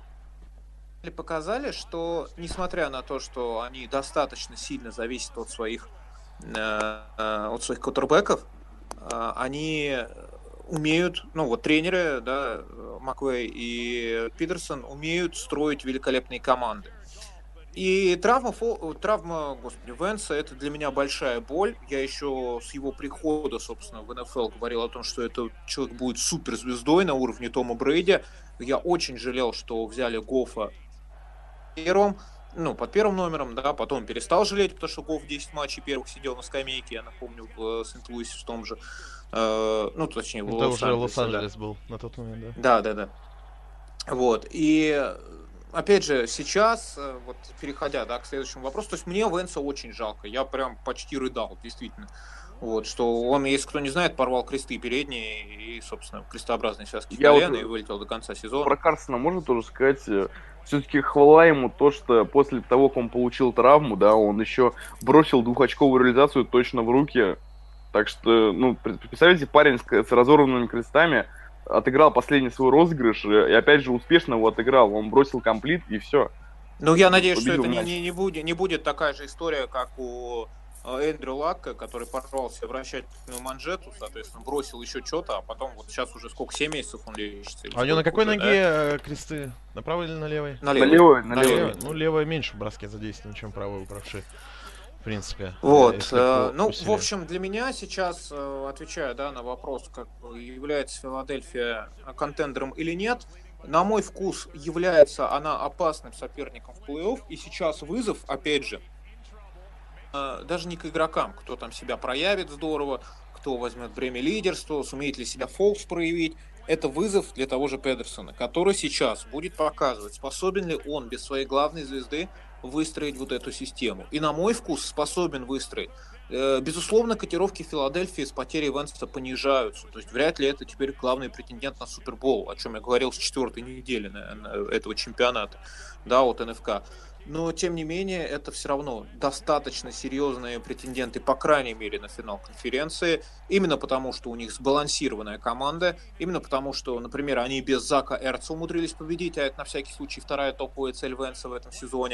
показали, что, несмотря на то, что они достаточно сильно зависят от своих квотербеков, они умеют, тренеры, Маквей и Питерсон умеют строить великолепные команды. И травма Венса — это для меня большая боль. Я еще с его прихода, собственно, в НФЛ говорил о том, что этот человек будет суперзвездой на уровне Тома Брейди. Я очень жалел, что взяли Гоффа первым. Под первым номером, потом перестал жалеть, потому что Гофф 10 матчей первых сидел на скамейке, я напомню, в Сент-Луисе в том же. Точнее, в Лос-Анджелесе. Это уже Лос-Анджелес был на тот момент, да. Вот, и опять же, сейчас, переходя, к следующему вопросу, то есть мне Венса очень жалко, я прям почти рыдал, действительно. Что он, если кто не знает, порвал кресты передние и, собственно, крестообразные связки колена и вылетел до конца сезона. Про Карсона можно тоже сказать, все-таки хвала ему то, что после того, как он получил травму, он еще бросил двухочковую реализацию точно в руки. Так что, представляете, парень с разорванными крестами отыграл последний свой розыгрыш и опять же успешно его отыграл. Он бросил комплит и все. Я надеюсь, что это не будет такая же история, как у Эндрю Лакка, который порвал себе вращательную манжету, соответственно, бросил еще что-то, а потом сейчас уже 7 месяцев он лечится. А у него на какой ноге кресты? На правой или на левой? На левой. На левой. Левая меньше в броске задействована, чем правая у правши. В принципе. В общем, для меня сейчас, отвечая на вопрос, как является Филадельфия контендером или нет, на мой вкус является она опасным соперником в плей-офф, и сейчас вызов, опять же, даже не к игрокам, кто там себя проявит здорово, кто возьмет бремя лидерства, сумеет ли себя Фолкс проявить. Это вызов для того же Педерсона, который сейчас будет показывать, способен ли он без своей главной звезды выстроить вот эту систему. И на мой вкус способен выстроить. Безусловно, котировки Филадельфии с потерей Венса понижаются. То есть вряд ли это теперь главный претендент на Супербол, о чем я говорил с 4-й недели этого чемпионата, от НФК. Но, тем не менее, это все равно достаточно серьезные претенденты, по крайней мере, на финал конференции. Именно потому, что у них сбалансированная команда. Именно потому, что, например, они без Зака Эрца умудрились победить, а это, на всякий случай, вторая топовая цель Венса в этом сезоне.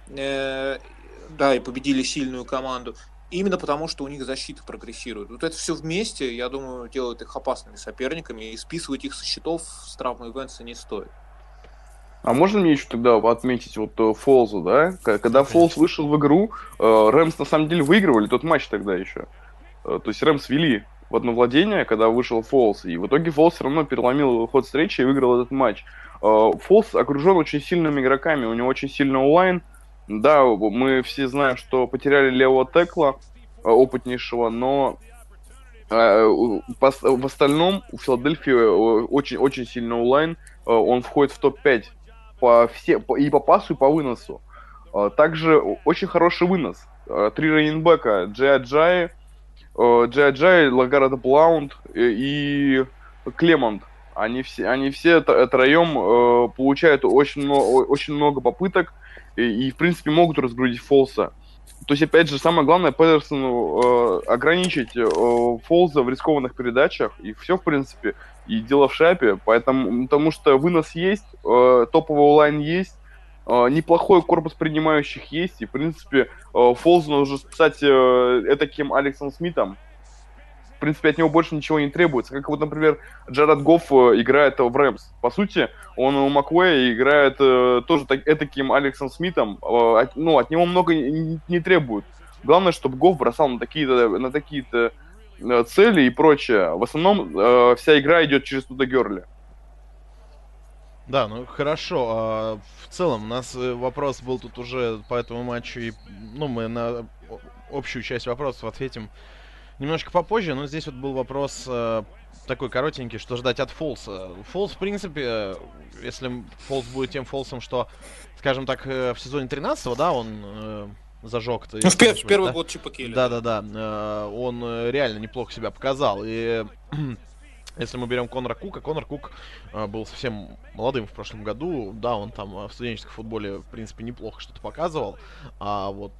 И победили сильную команду. Именно потому, что у них защита прогрессирует. Вот это все вместе, я думаю, делает их опасными соперниками, и списывать их со счетов с травмой Венса не стоит. А можно мне еще тогда отметить Фолзу, да? Когда Фолз вышел в игру, Рэмс на самом деле выигрывали тот матч тогда еще. То есть Рэмс вели в одно владение, когда вышел Фолз, и в итоге Фолз все равно переломил ход встречи и выиграл этот матч. Фолз окружен очень сильными игроками, у него очень сильный онлайн. Да, мы все знаем, что потеряли левого текла, опытнейшего, но в остальном у Филадельфии очень сильный онлайн, он входит в топ-5 и по пасу, и по выносу. Также очень хороший вынос. 3 раннинбека: Джей Аджай, Лагард Блаунд и Клемонт. Они все троем получают очень много попыток и в принципе могут разгрузить Фолса. То есть, опять же, самое главное Педерсону ограничить Фолза в рискованных передачах, и все, в принципе, и дело в шапе, потому что вынос есть, топовый онлайн есть, неплохой корпус принимающих есть, и, в принципе, Фолз уже списать этаким Алексом Смитом. В принципе, от него больше ничего не требуется. Как вот, например, Джаред Гофф играет в Рэмс. По сути, он у Маквея играет тоже этаким Алексом Смитом. От него много не требуют. Главное, чтобы Гофф бросал на такие-то цели и прочее. В основном вся игра идет через Туда Герли. Да, ну хорошо. В целом, у нас вопрос был тут уже по этому матчу, и мы на общую часть вопросов ответим немножко попозже, но здесь вот был вопрос такой коротенький, что ждать от Фолса. Фолс, в принципе, если Фолс будет тем Фолсом, что, скажем так, в сезоне 13-го, да, он зажег. В первый год Чипа Келли. Да. Он реально неплохо себя показал. И если мы берем Конора Кука, Конор Кук был совсем молодым в прошлом году. Да, он там в студенческом футболе, в принципе, неплохо что-то показывал. А вот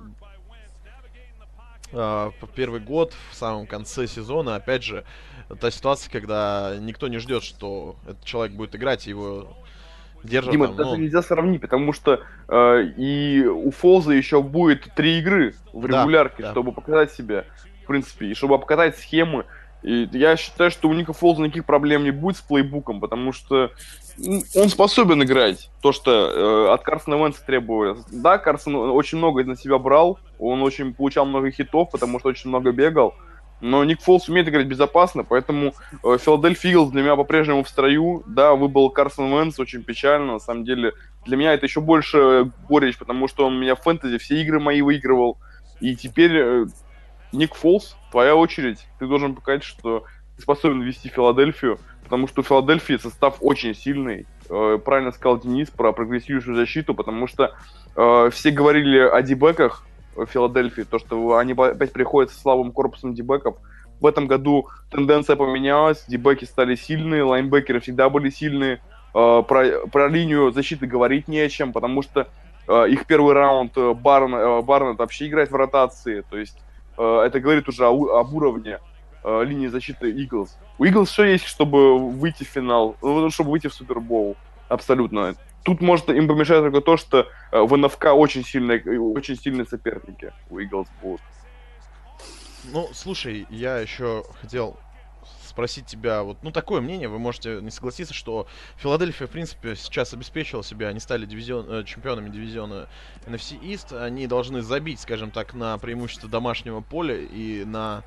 первый год, в самом конце сезона, опять же, та ситуация, когда никто не ждет, что этот человек будет играть, его держат. Дима, это нельзя сравнить, потому что и у Фолза еще будет 3 игры в регулярке, чтобы показать себя, в принципе, и чтобы показать схемы. И я считаю, что у Ника Фолза никаких проблем не будет с плейбуком, потому что он способен играть то, что от Карсона Венса требуется. Да, Карсон очень много на себя брал, он очень получал много хитов, потому что очень много бегал, но Ник Фолз умеет играть безопасно, поэтому Филадельфия Иглс для меня по-прежнему в строю. Да, выбыл Карсон Венс, очень печально, на самом деле. Для меня это еще больше горечь, потому что он у меня в фэнтези все игры мои выигрывал, и теперь... Ник Фолз, твоя очередь. Ты должен показать, что ты способен вести Филадельфию, потому что у Филадельфии состав очень сильный. Правильно сказал Денис про прогрессирующую защиту, потому что все говорили о дибэках в Филадельфии, то, что они опять приходят со слабым корпусом дибэков. В этом году тенденция поменялась, дибэки стали сильные, лайнбекеры всегда были сильные. Про линию защиты говорить не о чем, потому что их первый раунд Барнетт вообще играет в ротации, то есть это говорит уже об уровне линии защиты Eagles. У Eagles все есть, чтобы выйти в финал, чтобы выйти в Супербоул. Абсолютно. Тут может им помешать только то, что в НФК очень сильные соперники у Eagles будут. Ну, слушай, я еще хотел спросить тебя, такое мнение, вы можете не согласиться, что Филадельфия, в принципе, сейчас обеспечила себя, они стали чемпионами дивизиона NFC East, они должны забить, скажем так, на преимущество домашнего поля и на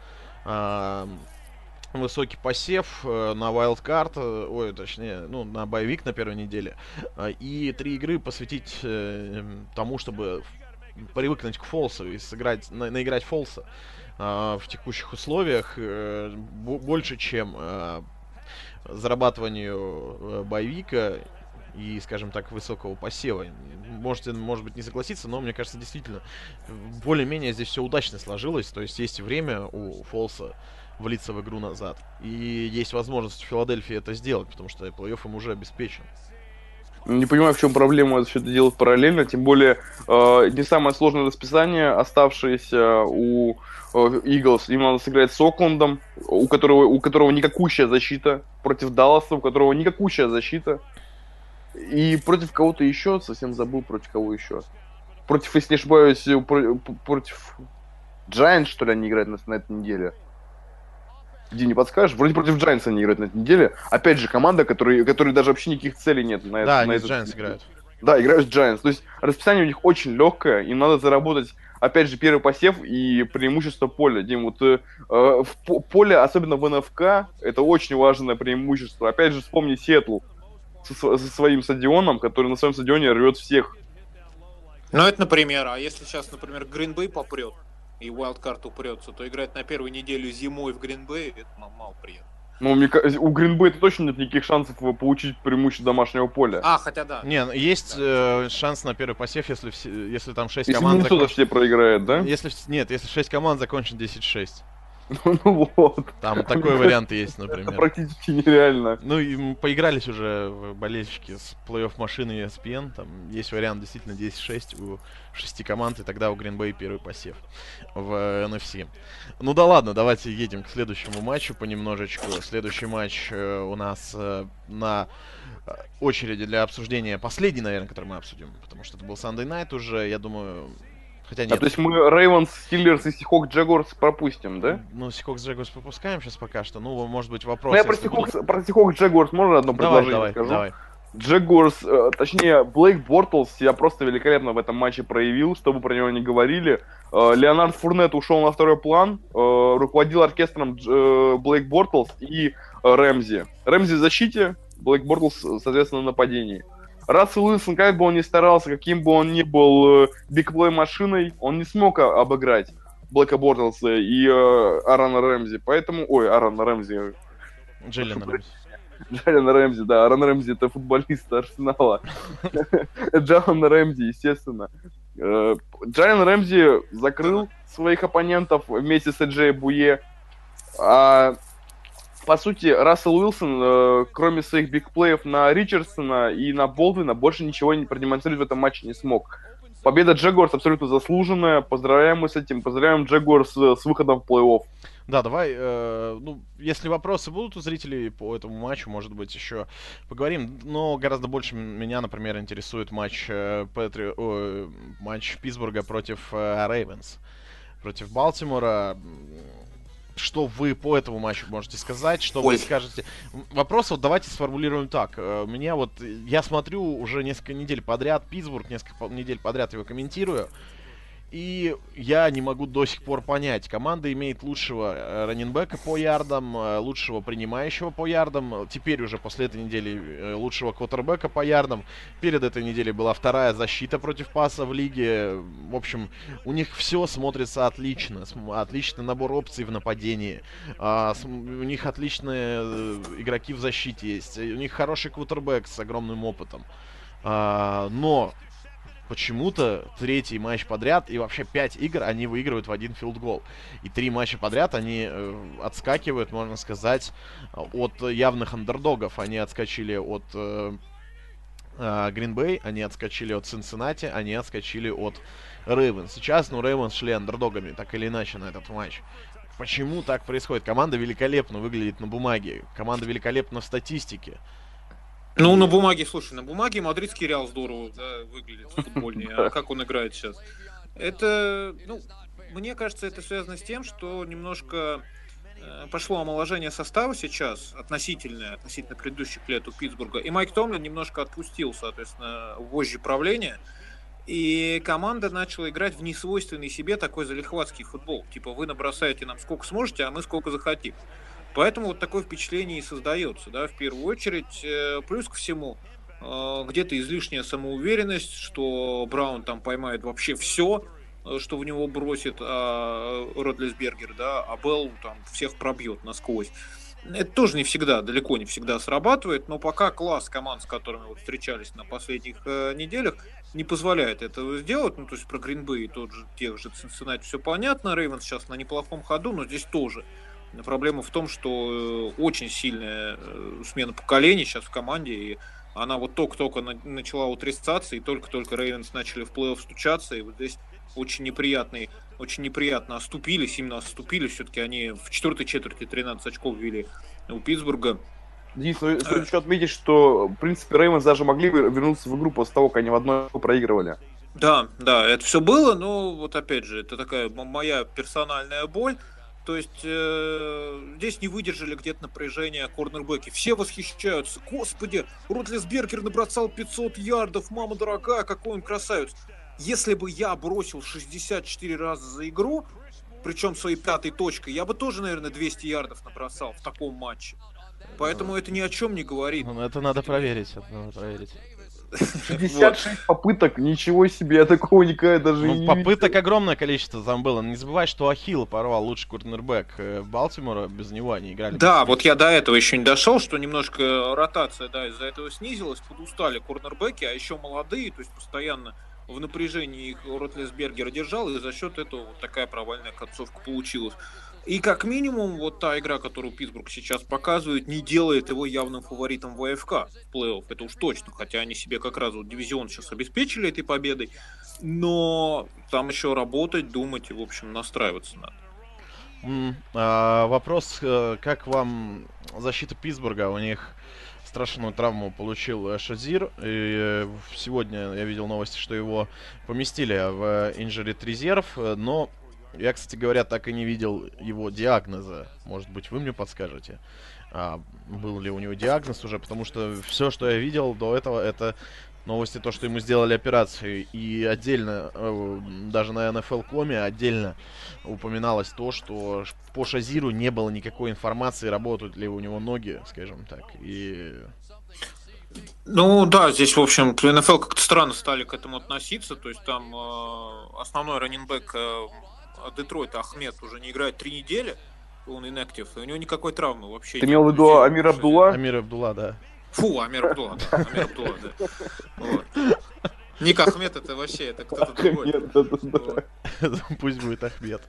высокий посев, на wildcard, на боевик на первой неделе, и 3 игры посвятить тому, чтобы привыкнуть к фолсу и наиграть фолса в текущих условиях больше, чем зарабатыванию боевика и, скажем так, высокого посева. Можете, может быть, не согласиться, но мне кажется, действительно, более-менее здесь все удачно сложилось. То есть есть время у Фолса влиться в игру назад. И есть возможность у Филадельфии это сделать, потому что плей-офф им уже обеспечен. Не понимаю, в чем проблема это все это делать параллельно, тем более не самое сложное расписание, оставшееся у Eagles. Им надо сыграть с Оклендом, у которого никакущая защита, против Далласа, у которого никакущая защита, и против кого-то еще, совсем забыл, против кого еще. Против, если не ошибаюсь, против Giants, что ли, они играют на этой неделе. Ди, не подскажешь? Вроде против Giants они играют на этой неделе. Опять же, команда, которой даже вообще никаких целей нет. Да, они с Giants играют. Да, играют с Giants. То есть расписание у них очень легкое, им надо заработать, опять же, первый посев и преимущество поля. Дим, поле, особенно в НФК, это очень важное преимущество. Опять же, вспомни Сиэтл со своим стадионом, который на своем стадионе рвет всех. Ну, это, например, а если сейчас, например, Грин-Бэй попрет, и wildcard упрется, то играть на первой неделе зимой в Грин-Бэй, это мало приятно. Ну, у Грин-Бэй точно нет никаких шансов получить преимущество домашнего поля. Хотя да. Не, есть шанс на первый посев, если там 6 если команд... Миннесота все проиграет, да? Если 6 команд закончат 10-6. Ну вот. Там такой вариант есть, Это например. практически нереально. Ну и поигрались уже болельщики с плей-офф машины ESPN. Там есть вариант действительно 10-6 у 6 команд, и тогда у Green Bay первый посев в NFC. Ну да ладно, давайте едем к следующему матчу понемножечку. Следующий матч у нас на очереди для обсуждения. Последний, наверное, который мы обсудим, потому что это был Sunday Night уже, я думаю... Хотя нет. То есть мы Ravens, Steelers и Seahawks Jaguars пропустим, да? Ну, Seahawks Jaguars пропускаем сейчас пока что. Ну, может быть, Ну, вопросы. я про Seahawks Jaguars можно одно предложение скажу? Давай. Jaguars, точнее, Блейк Бортлс себя просто великолепно в этом матче проявил, чтобы про него не говорили. Леонард Фурнет ушел на второй план, руководил оркестром Блейк Бортлс и Рэмзи. Рэмзи в защите, Блейк Бортлс, соответственно, в нападении. Рассел Уилсон, как бы он ни старался, каким бы он ни был бигплей машиной, он не смог обыграть Блэка Бортлса и Аарона Рэмзи. Поэтому... Ой, Аарона Рэмзи. Джейлен Рэмзи. Джален Рэмзи, да. Аарон Рэмзи — это футболист Арсенала. Джален Рэмзи, естественно. Джален Рэмзи закрыл своих оппонентов вместе с Эджей Буе. По сути, Рассел Уилсон, кроме своих бигплеев на Ричардсона и на Болдвина, больше ничего не продемонстрировать в этом матче не смог. Победа Джагуарс абсолютно заслуженная. Поздравляем мы с этим. Поздравляем Джагуарс с выходом в плей-офф. Да, давай, если вопросы будут у зрителей по этому матчу, может быть, еще поговорим. Но гораздо больше меня, например, интересует матч Питтсбурга против Рейвенс. Против Балтимора. Что вы по этому матчу можете сказать? Что вы скажете? Вопрос вот давайте сформулируем так. Меня вот, я смотрю уже несколько недель подряд Питтсбург, несколько недель подряд его комментирую. И я не могу до сих пор понять. Команда имеет лучшего раннинбека по ярдам, лучшего принимающего по ярдам. Теперь уже после этой недели лучшего квотербека по ярдам. Перед этой неделей была вторая защита против паса в лиге. В общем, у них все смотрится отлично. Отличный набор опций в нападении. У них отличные игроки в защите есть. У них хороший квотербек с огромным опытом. Но... почему-то третий матч подряд и вообще 5 игр они выигрывают в один филдгол. И 3 матча подряд они отскакивают, можно сказать, от явных андердогов. Они отскочили от Green Bay, они отскочили от Cincinnati, они отскочили от Ravens. Сейчас, Ravens шли андердогами, так или иначе, на этот матч. Почему так происходит? Команда великолепно выглядит на бумаге. Команда великолепна в статистике. Ну, на бумаге, слушай, на бумаге мадридский Реал здорово, да, выглядит футбольнее. А как он играет сейчас? Это, мне кажется, это связано с тем, что немножко пошло омоложение состава сейчас, относительно предыдущих лет у Питтсбурга. И Майк Томлин немножко отпустил, соответственно, вожжи правления. И команда начала играть в несвойственный себе такой залихватский футбол. Типа, вы набросаете нам сколько сможете, а мы сколько захотим. Поэтому вот такое впечатление и создается, да, в первую очередь. Плюс ко всему, где-то излишняя самоуверенность, что Браун там поймает вообще все, что в него бросит Ротлисбергер, да, а Белл там всех пробьет насквозь. Это тоже не всегда, далеко не всегда срабатывает, но пока класс команд, с которыми вот встречались на последних неделях, не позволяет этого сделать. Ну, то есть про Green Bay и тех же Cincinnati все понятно, Рейвенс сейчас на неплохом ходу, но здесь тоже. Проблема в том, что очень сильная смена поколений сейчас в команде, и она вот только-только начала утрясаться, и только-только Рейвенс начали в плей-офф стучаться, и вот здесь очень неприятно оступились, все-таки они в четвертой четверти 13 очков ввели у Питтсбурга. Денис, стоит еще отметить, что, в принципе, Рейвенс даже могли вернуться в игру после того, как они в одной проигрывали. Да, это все было, но вот опять же, это такая моя персональная боль. То есть здесь не выдержали где-то напряжения корнербеки. Все восхищаются. Господи, Ротлисбергер набросал 500 ярдов. Мама дорогая, какой он красавец. Если бы я бросил 64 раза за игру, причем своей пятой точкой, я бы тоже, наверное, 200 ярдов набросал в таком матче. Поэтому это ни о чем не говорит. Ну, это надо проверить. 56 попыток, ничего себе, я такого никогда даже не видел. Попыток огромное количество там было. Не забывай, что Ахилл порвал лучший корнербэк Балтимора, без него они играли. Да, вот я до этого еще не дошел, что немножко ротация, да, из-за этого снизилась, подустали корнербэки, а еще молодые, то есть постоянно в напряжении их Ротлисбергер держал, и за счет этого вот такая провальная концовка получилась. И как минимум, вот та игра, которую Питтсбург сейчас показывает, не делает его явным фаворитом в АФК в плей-офф. Это уж точно. Хотя они себе как раз вот дивизион сейчас обеспечили этой победой. Но там еще работать, думать и, в общем, настраиваться надо. Вопрос, как вам защита Питтсбурга? У них страшную травму получил Шазир. И сегодня я видел новости, что его поместили в injured резерв. Но я, кстати говоря, так и не видел его диагноза. Может быть, вы мне подскажете, был ли у него диагноз уже? Потому что все, что я видел до этого, это новости, то, что ему сделали операцию. И отдельно, даже на NFL.com отдельно упоминалось то, что по Шазиру не было никакой информации, работают ли у него ноги, скажем так. И... Ну да, здесь, в общем, НФЛ как-то странно стали к этому относиться. То есть там основной раннинбэк Детройта Ахмед уже не играет 3 недели. Он inactive, и у него никакой травмы вообще Ты нет. имел в виду Амир Абдулла? Амир Абдулла, да. Фу, Амир Абдулла, да. Амир Абдулла, да. Вот. Ник Ахмед это вообще, это кто-то другой. Вот. Пусть будет Ахмед.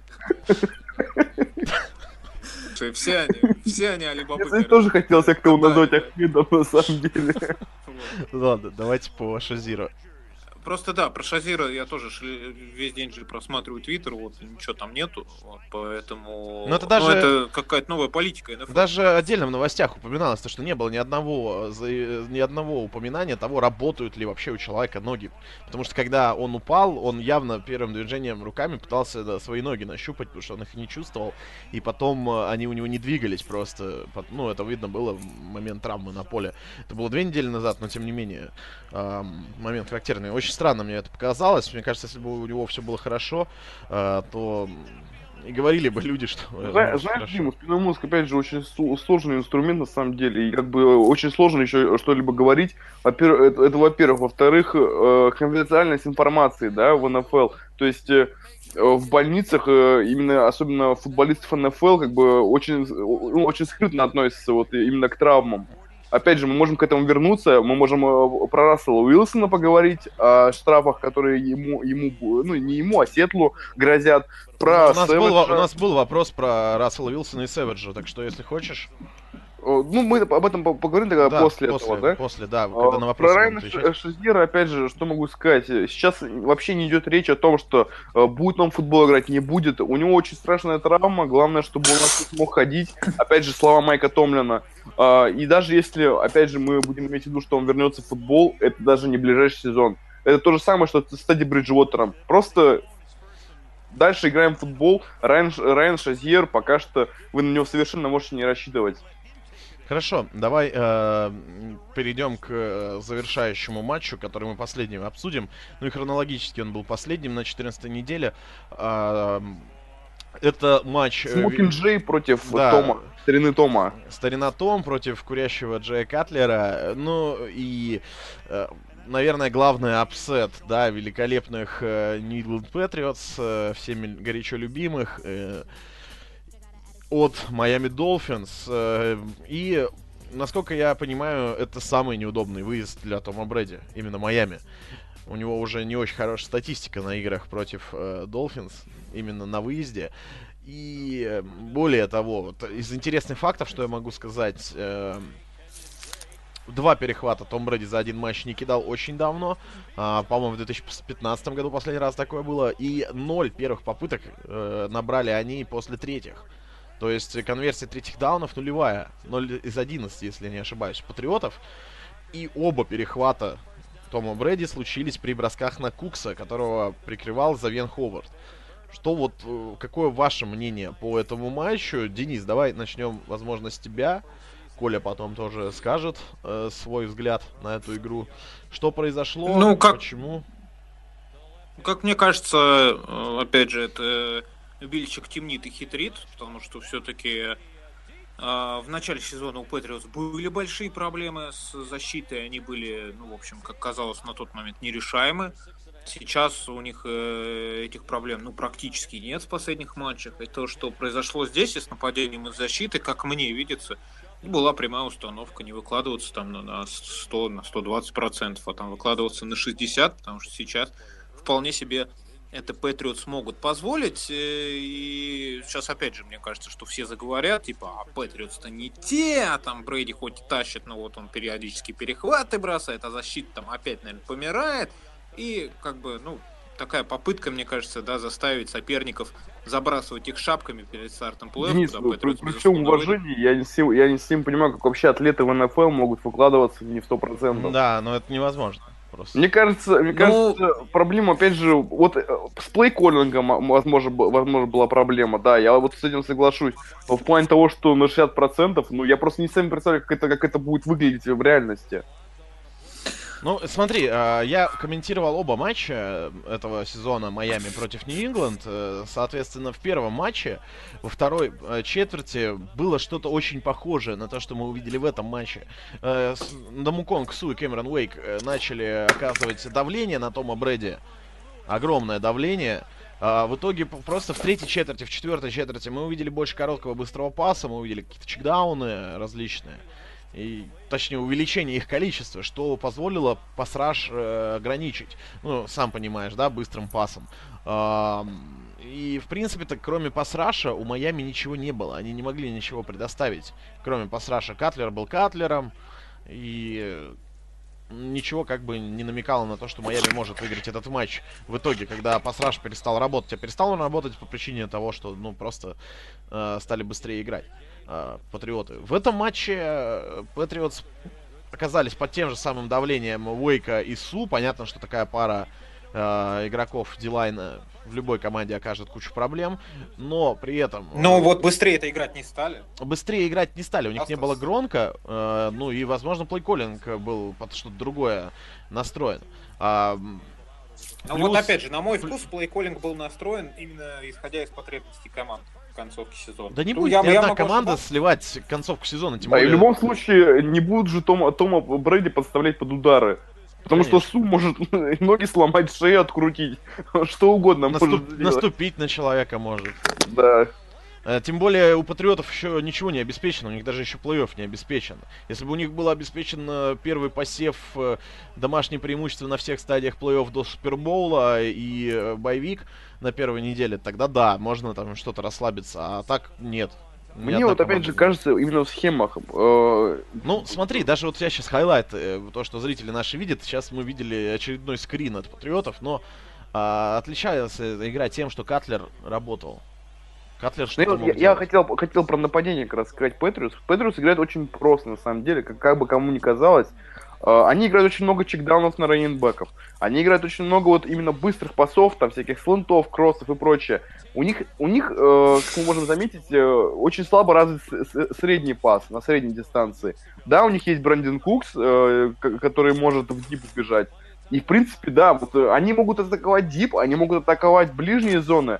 Все они алибабы. Я тоже хотел себя как-то назвать Ахмедом, на самом деле. Ладно, давайте по Шазиру. Просто да, про Шазира я тоже весь день же просматриваю Твиттер, вот ничего там нету, вот, поэтому. Но это даже это какая-то новая политика НФЛ. Даже отдельно в новостях упоминалось, что не было ни одного упоминания того, работают ли вообще у человека ноги. Потому что когда он упал, он явно первым движением руками пытался свои ноги нащупать, потому что он их не чувствовал. И потом они у него не двигались просто. Ну, это видно было в момент травмы на поле. Это было 2 недели назад, но тем не менее момент характерный. Очень странно мне это показалось. Мне кажется, если бы у него все было хорошо, то и говорили бы люди, что... Знаешь, Дима, спинной мозг, опять же, очень сложный инструмент, на самом деле. И как бы очень сложно еще что-либо говорить. Это во-первых. Во-вторых, конфиденциальность информации, да, в НФЛ. То есть в больницах, именно особенно футболистов НФЛ, как бы очень скрытно относятся вот именно к травмам. Опять же, мы можем к этому вернуться, мы можем про Рассела Уилсона поговорить, о штрафах, которые ему, ну не ему, а Сетлу грозят. Про у нас был вопрос про Рассела Уилсона и Сэвиджа, так что если хочешь... Ну, мы об этом поговорим тогда после этого, да? После, да, когда на Про вопросы Райана Шазира, опять же, что могу сказать. Сейчас вообще не идет речь о том, что будет он в футбол играть, не будет. У него очень страшная травма, главное, чтобы он смог ходить. Опять же, слова Майка Томлина. И даже если, опять же, мы будем иметь в виду, что он вернется в футбол, это даже не ближайший сезон. Это то же самое, что с Тедди Бриджуотером. Просто дальше играем в футбол. Райан Шазир, пока что вы на него совершенно можете не рассчитывать. Хорошо, давай перейдем к завершающему матчу, который мы последним обсудим. Ну и хронологически он был последним на 14-й неделе. Это матч... Смокин Джей против Тома, старины Тома. Старина Том против курящего Джея Катлера. Ну и... наверное, главный апсет, да, великолепных New England Patriots, всеми горячо любимых, от Miami Dolphins. И, насколько я понимаю, это самый неудобный выезд для Тома Брэди, именно Майами. У него уже не очень хорошая статистика на играх против Dolphins, именно на выезде. И более того, вот, из интересных фактов, что я могу сказать... 2 перехвата Том Брэди за один матч не кидал очень давно. По-моему, в 2015 году последний раз такое было. И 0 первых попыток набрали они после третьих. То есть конверсия третьих даунов нулевая. 0 из 11, если я не ошибаюсь, Патриотов. И оба перехвата Тома Брэди случились при бросках на Кукса, которого прикрывал Завьен Ховард. Что вот, какое ваше мнение по этому матчу? Денис, давай начнем, возможно, с тебя. Коля потом тоже скажет свой взгляд на эту игру. Что произошло, почему? Как мне кажется, опять же, это Бильчик темнит и хитрит, потому что все-таки в начале сезона у Патриотс были большие проблемы с защитой, они были, ну, в общем, как казалось, на тот момент нерешаемы. Сейчас у них этих проблем, ну, практически нет в последних матчах. И то, что произошло здесь с нападением из защиты, как мне видится, была прямая установка, не выкладываться там на 100, на 120%, а там выкладываться на 60%, потому что сейчас вполне себе это Патриотс могут позволить. И сейчас, опять же, мне кажется, что все заговорят, типа, а Патриотс-то не те, а там Брэди хоть и тащит, но вот он периодически перехваты бросает, а защита там опять, наверное, помирает. И как бы, ну, такая попытка, мне кажется, да, заставить соперников забрасывать их шапками перед стартом плей-офф. Денис, при всем уважении, я не совсем понимаю, как вообще атлеты в НФЛ могут выкладываться не в 100%. Да, но это невозможно. Просто. Мне кажется, проблема, опять же, вот с плей-коллингом, возможно, была проблема, да, я вот с этим соглашусь. Но в плане того, что на 60%, ну, я просто не совсем представляю, как это будет выглядеть в реальности. Ну, смотри, я комментировал оба матча этого сезона Майами против Нью-Ингланд. Соответственно, в первом матче, во второй четверти было что-то очень похожее на то, что мы увидели в этом матче. Дамуконг Су и Кэмерон Уэйк начали оказывать давление на Тома Брэди. Огромное давление. В итоге просто в третьей четверти, в четвертой четверти мы увидели больше короткого быстрого паса, мы увидели какие-то чекдауны различные. И, точнее, увеличение их количества, что позволило пас-раш ограничить. Ну, сам понимаешь, да, быстрым пасом. И, в принципе-то, кроме пас-раша, у Майами ничего не было. Они не могли ничего предоставить. Кроме пас-раша, Катлер был Катлером. И ничего как бы не намекало на то, что Майами может выиграть этот матч. В итоге, когда пас-раш перестал работать, а перестал он работать по причине того, что, ну, просто стали быстрее играть. Патриоты. В этом матче Патриотс оказались под тем же самым давлением Уэйка и Су. Понятно, что такая пара игроков Дилайна в любой команде окажет кучу проблем, но при этом... Ну вот быстрее это играть не стали. Быстрее играть не стали, у них не было Гронка, ну и, возможно, плей-коллинг был под что-то другое настроен. Ну вот опять же, на мой вкус, плей-коллинг был настроен именно исходя из потребностей команд в концовке сезона. Да не будет ни одна команда сливать концовку сезона. Тем более... в любом случае, не будут же Тома Брэди подставлять под удары. Потому что Су может ноги сломать, шею открутить, что угодно может сделать. Наступить на человека может. Да. Тем более у Патриотов еще ничего не обеспечено, у них даже еще плей-офф не обеспечен. Если бы у них был обеспечен первый посев, домашнее преимущество на всех стадиях плей-офф до Супербоула и боевик на первой неделе, тогда да, можно там что-то расслабиться, а так нет. Мне вот опять же кажется, именно в схемах... Ну, смотри, даже вот я сейчас хайлайт, то, что зрители наши видят, сейчас мы видели очередной скрин от Патриотов, но отличается игра тем, что Катлер работал. Катлер что-то мог я хотел про нападение как раз сказать Патриотс. Патриотс играет очень просто, на самом деле, как бы кому ни казалось. Они играют очень много чекдаунов на раннинбеков. Они играют очень много вот именно быстрых пасов, там всяких слантов, кроссов и прочее. У них, как мы можем заметить, очень слабо развит средний пас на средней дистанции. Да, у них есть Брэндон Кукс, который может в дип убежать. И, в принципе, да, вот они могут атаковать дип, они могут атаковать ближние зоны.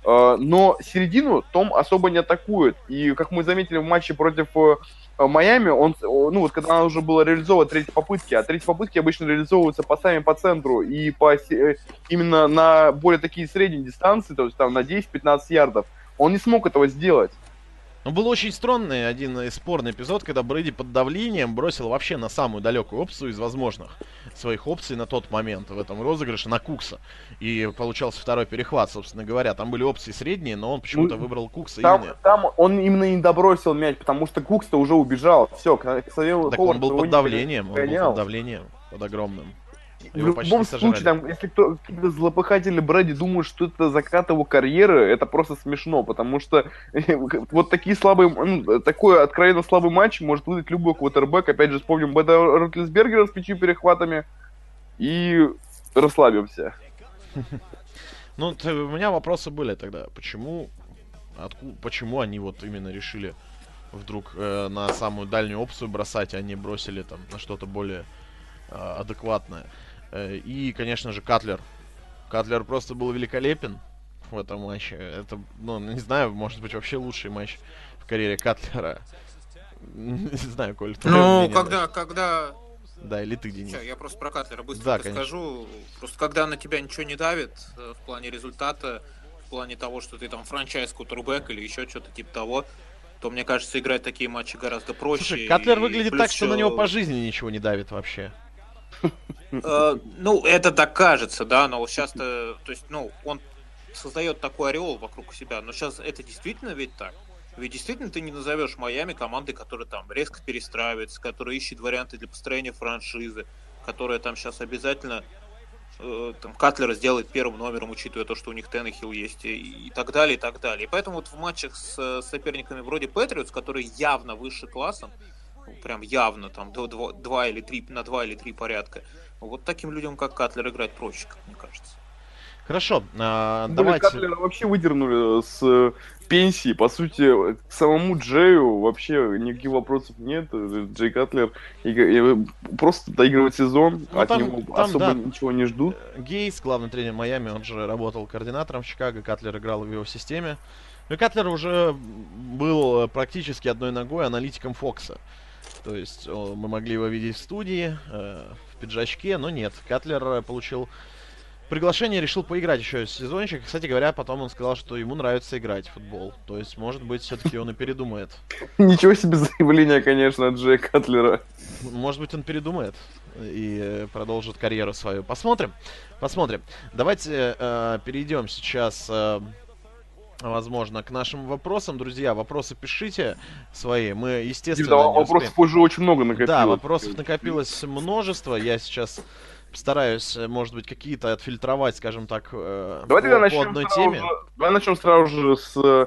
Но середину Том особо не атакует. И, как мы заметили в матче против Майами, ну вот когда уже было реализовано третьей попытки, а третьи попытки обычно реализовываются пасами по центру и именно на более такие средние дистанции, то есть там на 10-15 ярдов, он не смог этого сделать. Ну, был очень странный один спорный эпизод, когда Брэди под давлением бросил вообще на самую далекую опцию из возможных своих опций на тот момент в этом розыгрыше на Кукса. И получался второй перехват, собственно говоря. Там были опции средние, но он почему-то выбрал Кукса именно. Там он именно не добросил мяч, потому что Кукс-то уже убежал. Все, так он был под давлением, под огромным. В любом случае, там, если какие-то злопыхатели Брэди думают, что это закат его карьеры, это просто смешно, потому что вот такие слабые, такой откровенно слабый матч может выдать любой квотербэк. Опять же, вспомним Бэда Ротлисбергера с 5 перехватами и расслабимся. Ну, у меня вопросы были тогда. Почему они вот именно решили вдруг на самую дальнюю опцию бросать, а не бросили там на что-то более адекватное. И, конечно же, Катлер. Катлер просто был великолепен в этом матче. Это, не знаю, может быть, вообще лучший матч в карьере Катлера. Не знаю, Коль. Когда... Да, или ты, Денис. Я просто про Катлера быстро скажу. Просто когда на тебя ничего не давит в плане результата, в плане того, что ты там франчайз кутербэк или еще что-то типа того, то, мне кажется, играть такие матчи гораздо проще. Слушай, Катлер выглядит так, что на него по жизни ничего не давит вообще. Ну, это так кажется, да, но сейчас-то, то есть, ну, он создает такой ореол вокруг себя, но сейчас это действительно ведь так? Ведь действительно ты не назовешь Майами командой, которая там резко перестраивается, которая ищет варианты для построения франшизы, которая там сейчас обязательно там Катлера сделает первым номером, учитывая то, что у них Теннехилл есть, и так далее, и так далее. И поэтому вот в матчах с соперниками вроде Патриотс, которые явно выше классом, ну, прям явно там на 2 или 3 порядка, вот таким людям, как Катлер, играть проще, как мне кажется. Хорошо, Более давайте... Катлера вообще выдернули с пенсии. По сути, к самому Джею вообще никаких вопросов нет. Джей Катлер просто доигрывает сезон, Ну, от него особо да, ничего не ждут. Гейс, главный тренер Майами, он же работал координатором в Чикаго, Катлер играл в его системе. Ну и Катлер уже был практически одной ногой аналитиком Фокса. То есть мы могли его видеть в студии, в пиджачке, но нет. Катлер получил приглашение, решил поиграть еще сезончик. Кстати говоря, потом он сказал, что ему нравится играть в футбол. То есть, может быть, все-таки он и передумает. Ничего себе заявление, конечно, от Джея Катлера. Может быть, он передумает и продолжит карьеру свою. Посмотрим. Посмотрим. Давайте перейдем сейчас, возможно, к нашим вопросам. Друзья, вопросы пишите свои. Мы, естественно, Да, вопросов уже очень много накопилось. Да, вопросов накопилось множество. Я сейчас постараюсь, может быть, какие-то отфильтровать, скажем так, Давай по одной теме. Давай начнем сразу же с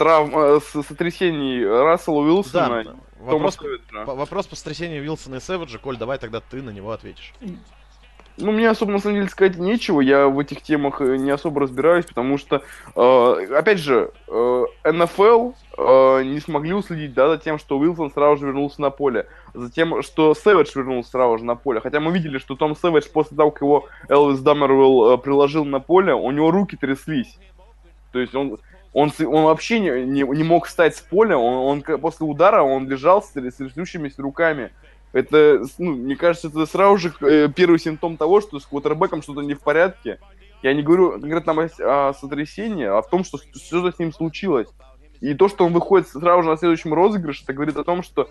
сотрясений Рассела Уилсона. Да, вопрос по сотрясению Уилсона и Сэвиджа. Коль, давай тогда ты на него ответишь. Ну, мне особо, на самом деле, сказать нечего. Я в этих темах не особо разбираюсь, потому что, опять же, НФЛ не смогли уследить, да, за тем, что Уилсон сразу же вернулся на поле. За тем, что Сэвидж вернулся сразу же на поле. Хотя мы видели, что Том Сэвидж после того, как его Элвис Даммервилл приложил на поле, у него руки тряслись. То есть он вообще не мог встать с поля. Он после удара он лежал с трясущимися руками. Это, ну, мне кажется, это сразу же первый симптом того, что с квотербеком что-то не в порядке. Я не говорю конкретно о сотрясении, а в том, что что-то с ним случилось. И то, что он выходит сразу же на следующем розыгрыше, это говорит о том, что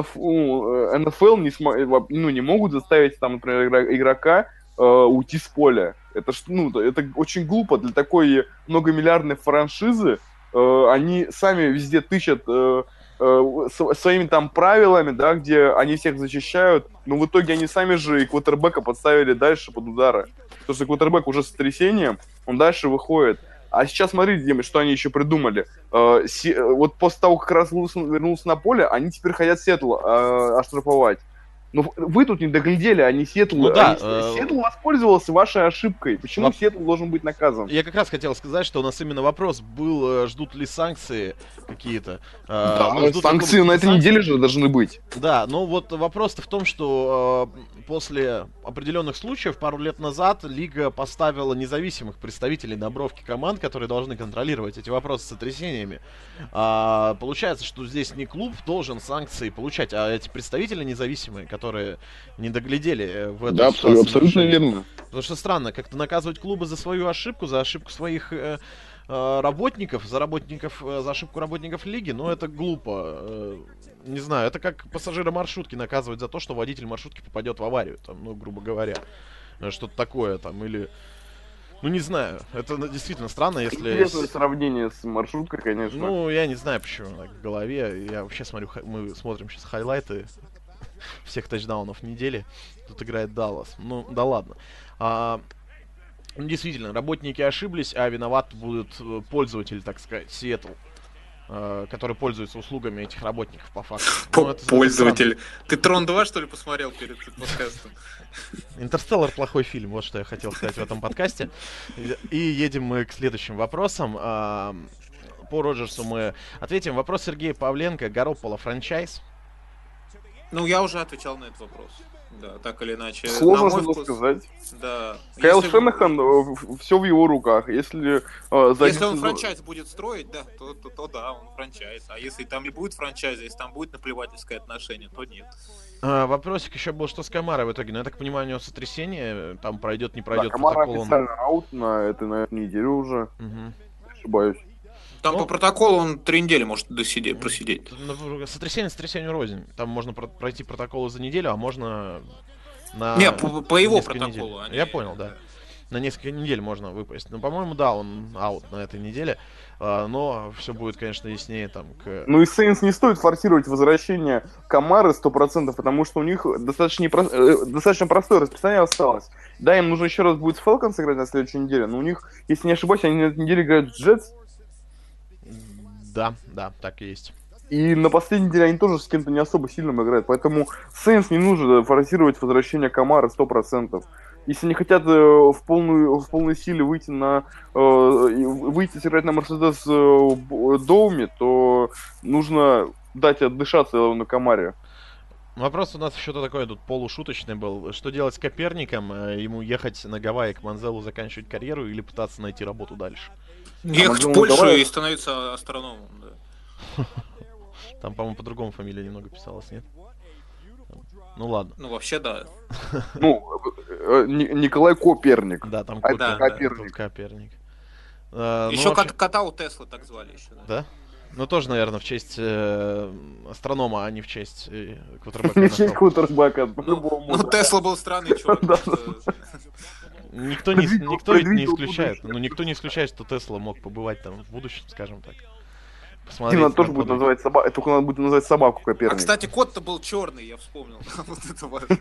НФЛ не могут заставить, там, например, игрока уйти с поля. Это очень глупо для такой многомиллиардной франшизы. Они сами везде тычат своими там правилами, да, где они всех защищают, но в итоге они сами же и квотербека подставили дальше под удары. Потому что квотербек уже с трясением, он дальше выходит. А сейчас смотрите, Дима, что они еще придумали. Вот после того, как раз Уилсон вернулся на поле, они теперь хотят Сиэтл оштрафовать. Но вы тут не доглядели, а не Сиэтл. Ну, да, Сиэтл воспользовался вашей ошибкой. Почему Сиэтл должен быть наказан? Я как раз хотел сказать, что у нас именно вопрос был, ждут ли санкции какие-то. Да, санкции на этой неделе же должны быть. Да, но вот вопрос-то в том, что после определенных случаев пару лет назад Лига поставила независимых представителей на бровки команд, которые должны контролировать эти вопросы с сотрясениями. Получается, что здесь не клуб должен санкции получать, а эти представители независимые, которые не доглядели в эту ситуацию. Да, абсолютно верно. Потому что странно, как-то наказывать клубы за свою ошибку, за ошибку своих работников, за ошибку работников лиги, но это глупо. Не знаю, это как пассажира маршрутки наказывать за то, что водитель маршрутки попадет в аварию, там, ну, грубо говоря. Что-то такое там, или... Ну, не знаю, это действительно странно, если... Интересное сравнение с маршруткой, конечно. Ну, я не знаю, почему так в голове. Я вообще смотрю, мы смотрим сейчас хайлайты всех тачдаунов недели. Тут играет Даллас. Ну, да ладно. Действительно, работники ошиблись, а виноват будут пользователи, так сказать, Сиэтл, который пользуется услугами этих работников, по факту. Пользователь. Ты Трон 2, что ли, посмотрел перед подкастом? Интерстеллар плохой фильм, вот что я хотел сказать в этом подкасте. И едем мы к следующим вопросам. По Роджерсу мы ответим. Вопрос Сергея Павленко. Гаропполо франчайз? Ну, я уже отвечал на этот вопрос. Да, так или иначе. Сложно что сказать. Да. Кайл Шенахан, все в его руках. Если он франчайз будет строить, да, то да, он франчайз. А если там не будет франчайза, если там будет наплевательское отношение, то нет. Вопросик еще был, что с Камарой в итоге. Ну, я так понимаю, у него сотрясение, там пройдет, не пройдет. Да, Камара официально аут на этой неделе уже. Ошибаюсь. Там по протоколу он 3 недели может просидеть. Сотрясение рознь. Там можно пройти протоколы за неделю, а можно Не, по его несколько протоколу. недель. Я понял, да. На несколько недель можно выпасть. Ну, по-моему, да, он аут на этой неделе. Но все будет, конечно, яснее там к... Ну и Сейнс не стоит форсировать возвращение Камары 100%, потому что у них достаточно простое расписание осталось. Да, им нужно еще раз будет с Falcons сыграть на следующей неделе, но у них, если не ошибаюсь, они на этой неделе играют с Jets. Да, так и есть. И на последней неделе они тоже с кем-то не особо сильным играют. Поэтому Сейнс не нужно форсировать возвращение Камары 100%. Если они хотят в полной силе выйти сыграть на Мерседес Доуме, то нужно дать отдышаться на Камаре. Вопрос у нас еще-то такой тут полушуточный был. Что делать с Коперником? Ему ехать на Гавайи к Манзелу заканчивать карьеру или пытаться найти работу дальше? Ехать в Польшу и становиться астрономом, да. Там, по-моему, по-другому фамилия немного писалась, нет? Ну ладно. Ну, вообще, да. Ну, Николай Коперник. Да, там Коперник. Еще кота у Теслы так звали еще. Да? Ну, тоже, наверное, в честь астронома, а не в честь квотербека. Не в честь квотербека, по-любому. Ну, Тесла был странный чувак. Никто не исключает. Ну, никто не исключает, что Тесла мог побывать там в будущем, скажем так. Надо тоже будет называть собаку. Только надо будет называть собаку Коперник. А, кстати, кот-то был черный, я вспомнил. Вот это важно.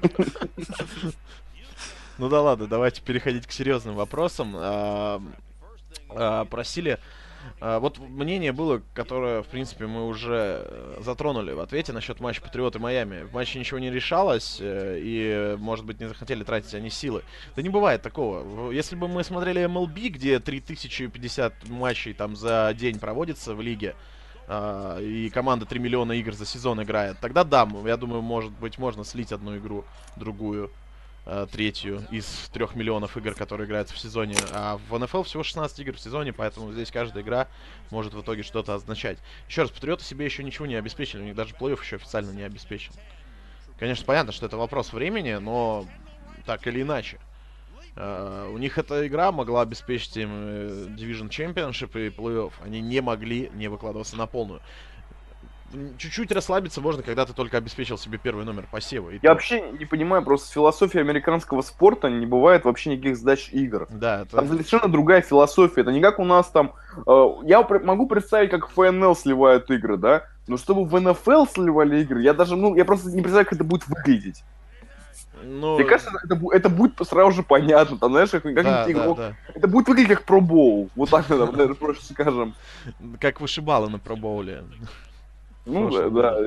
Ну да ладно, давайте переходить к серьезным вопросам. Просили... Вот мнение было, которое, в принципе, мы уже затронули в ответе насчет матча Патриоты Майами. В матче ничего не решалось, и, может быть, не захотели тратить они силы. Да не бывает такого. Если бы мы смотрели MLB, где 3050 матчей там за день проводится в лиге, и команда 3 миллиона игр за сезон играет, тогда да, я думаю, может быть, можно слить одну игру, другую, третью из 3 миллионов игр, которые играются в сезоне. А в НФЛ всего 16 игр в сезоне, поэтому здесь каждая игра может в итоге что-то означать. Еще раз, Патриоты себе еще ничего не обеспечили, у них даже плей-офф еще официально не обеспечен. Конечно, понятно, что это вопрос времени, но так или иначе. У них эта игра могла обеспечить им Division Championship и плей-офф. Они не могли не выкладываться на полную. Чуть-чуть расслабиться можно, когда ты только обеспечил себе первый номер посева. Я вообще не понимаю, просто философия американского спорта не бывает вообще никаких сдач игр. Да, это... Там совершенно другая философия. Это не как у нас там... Я могу представить, как ФНЛ сливают игры, да? Но чтобы в НФЛ сливали игры, я просто не представляю, как это будет выглядеть. Ну... Мне кажется, это будет сразу же понятно. Там, знаешь, как игрок... Да. Это будет выглядеть как пробоул. Вот так, наверное, проще скажем. Как вышибалы на пробоуле. Ну, да.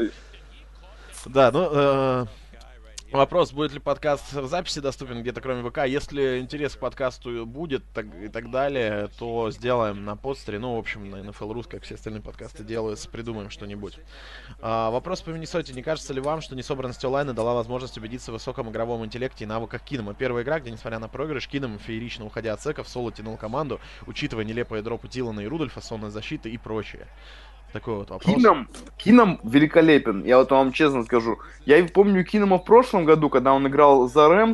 Да, ну, вопрос, будет ли подкаст в записи доступен где-то кроме ВК. Если интерес к подкасту будет и так далее, то сделаем на постере. Ну, в общем, на NFL.rus, как все остальные подкасты делаются, придумаем что-нибудь. Вопрос по Миннесоте. Не кажется ли вам, что несобранность онлайна дала возможность убедиться в высоком игровом интеллекте и навыках Кинома? Первая игра, где, несмотря на проигрыш, Кином, феерично уходя от секов, соло тянул команду, учитывая нелепые дропы Дилана и Рудольфа, сонная защита и прочее. Такой вот вопрос. Кином великолепен, я вот вам честно скажу. Я помню Кинома в прошлом году, когда он играл за Рэмс.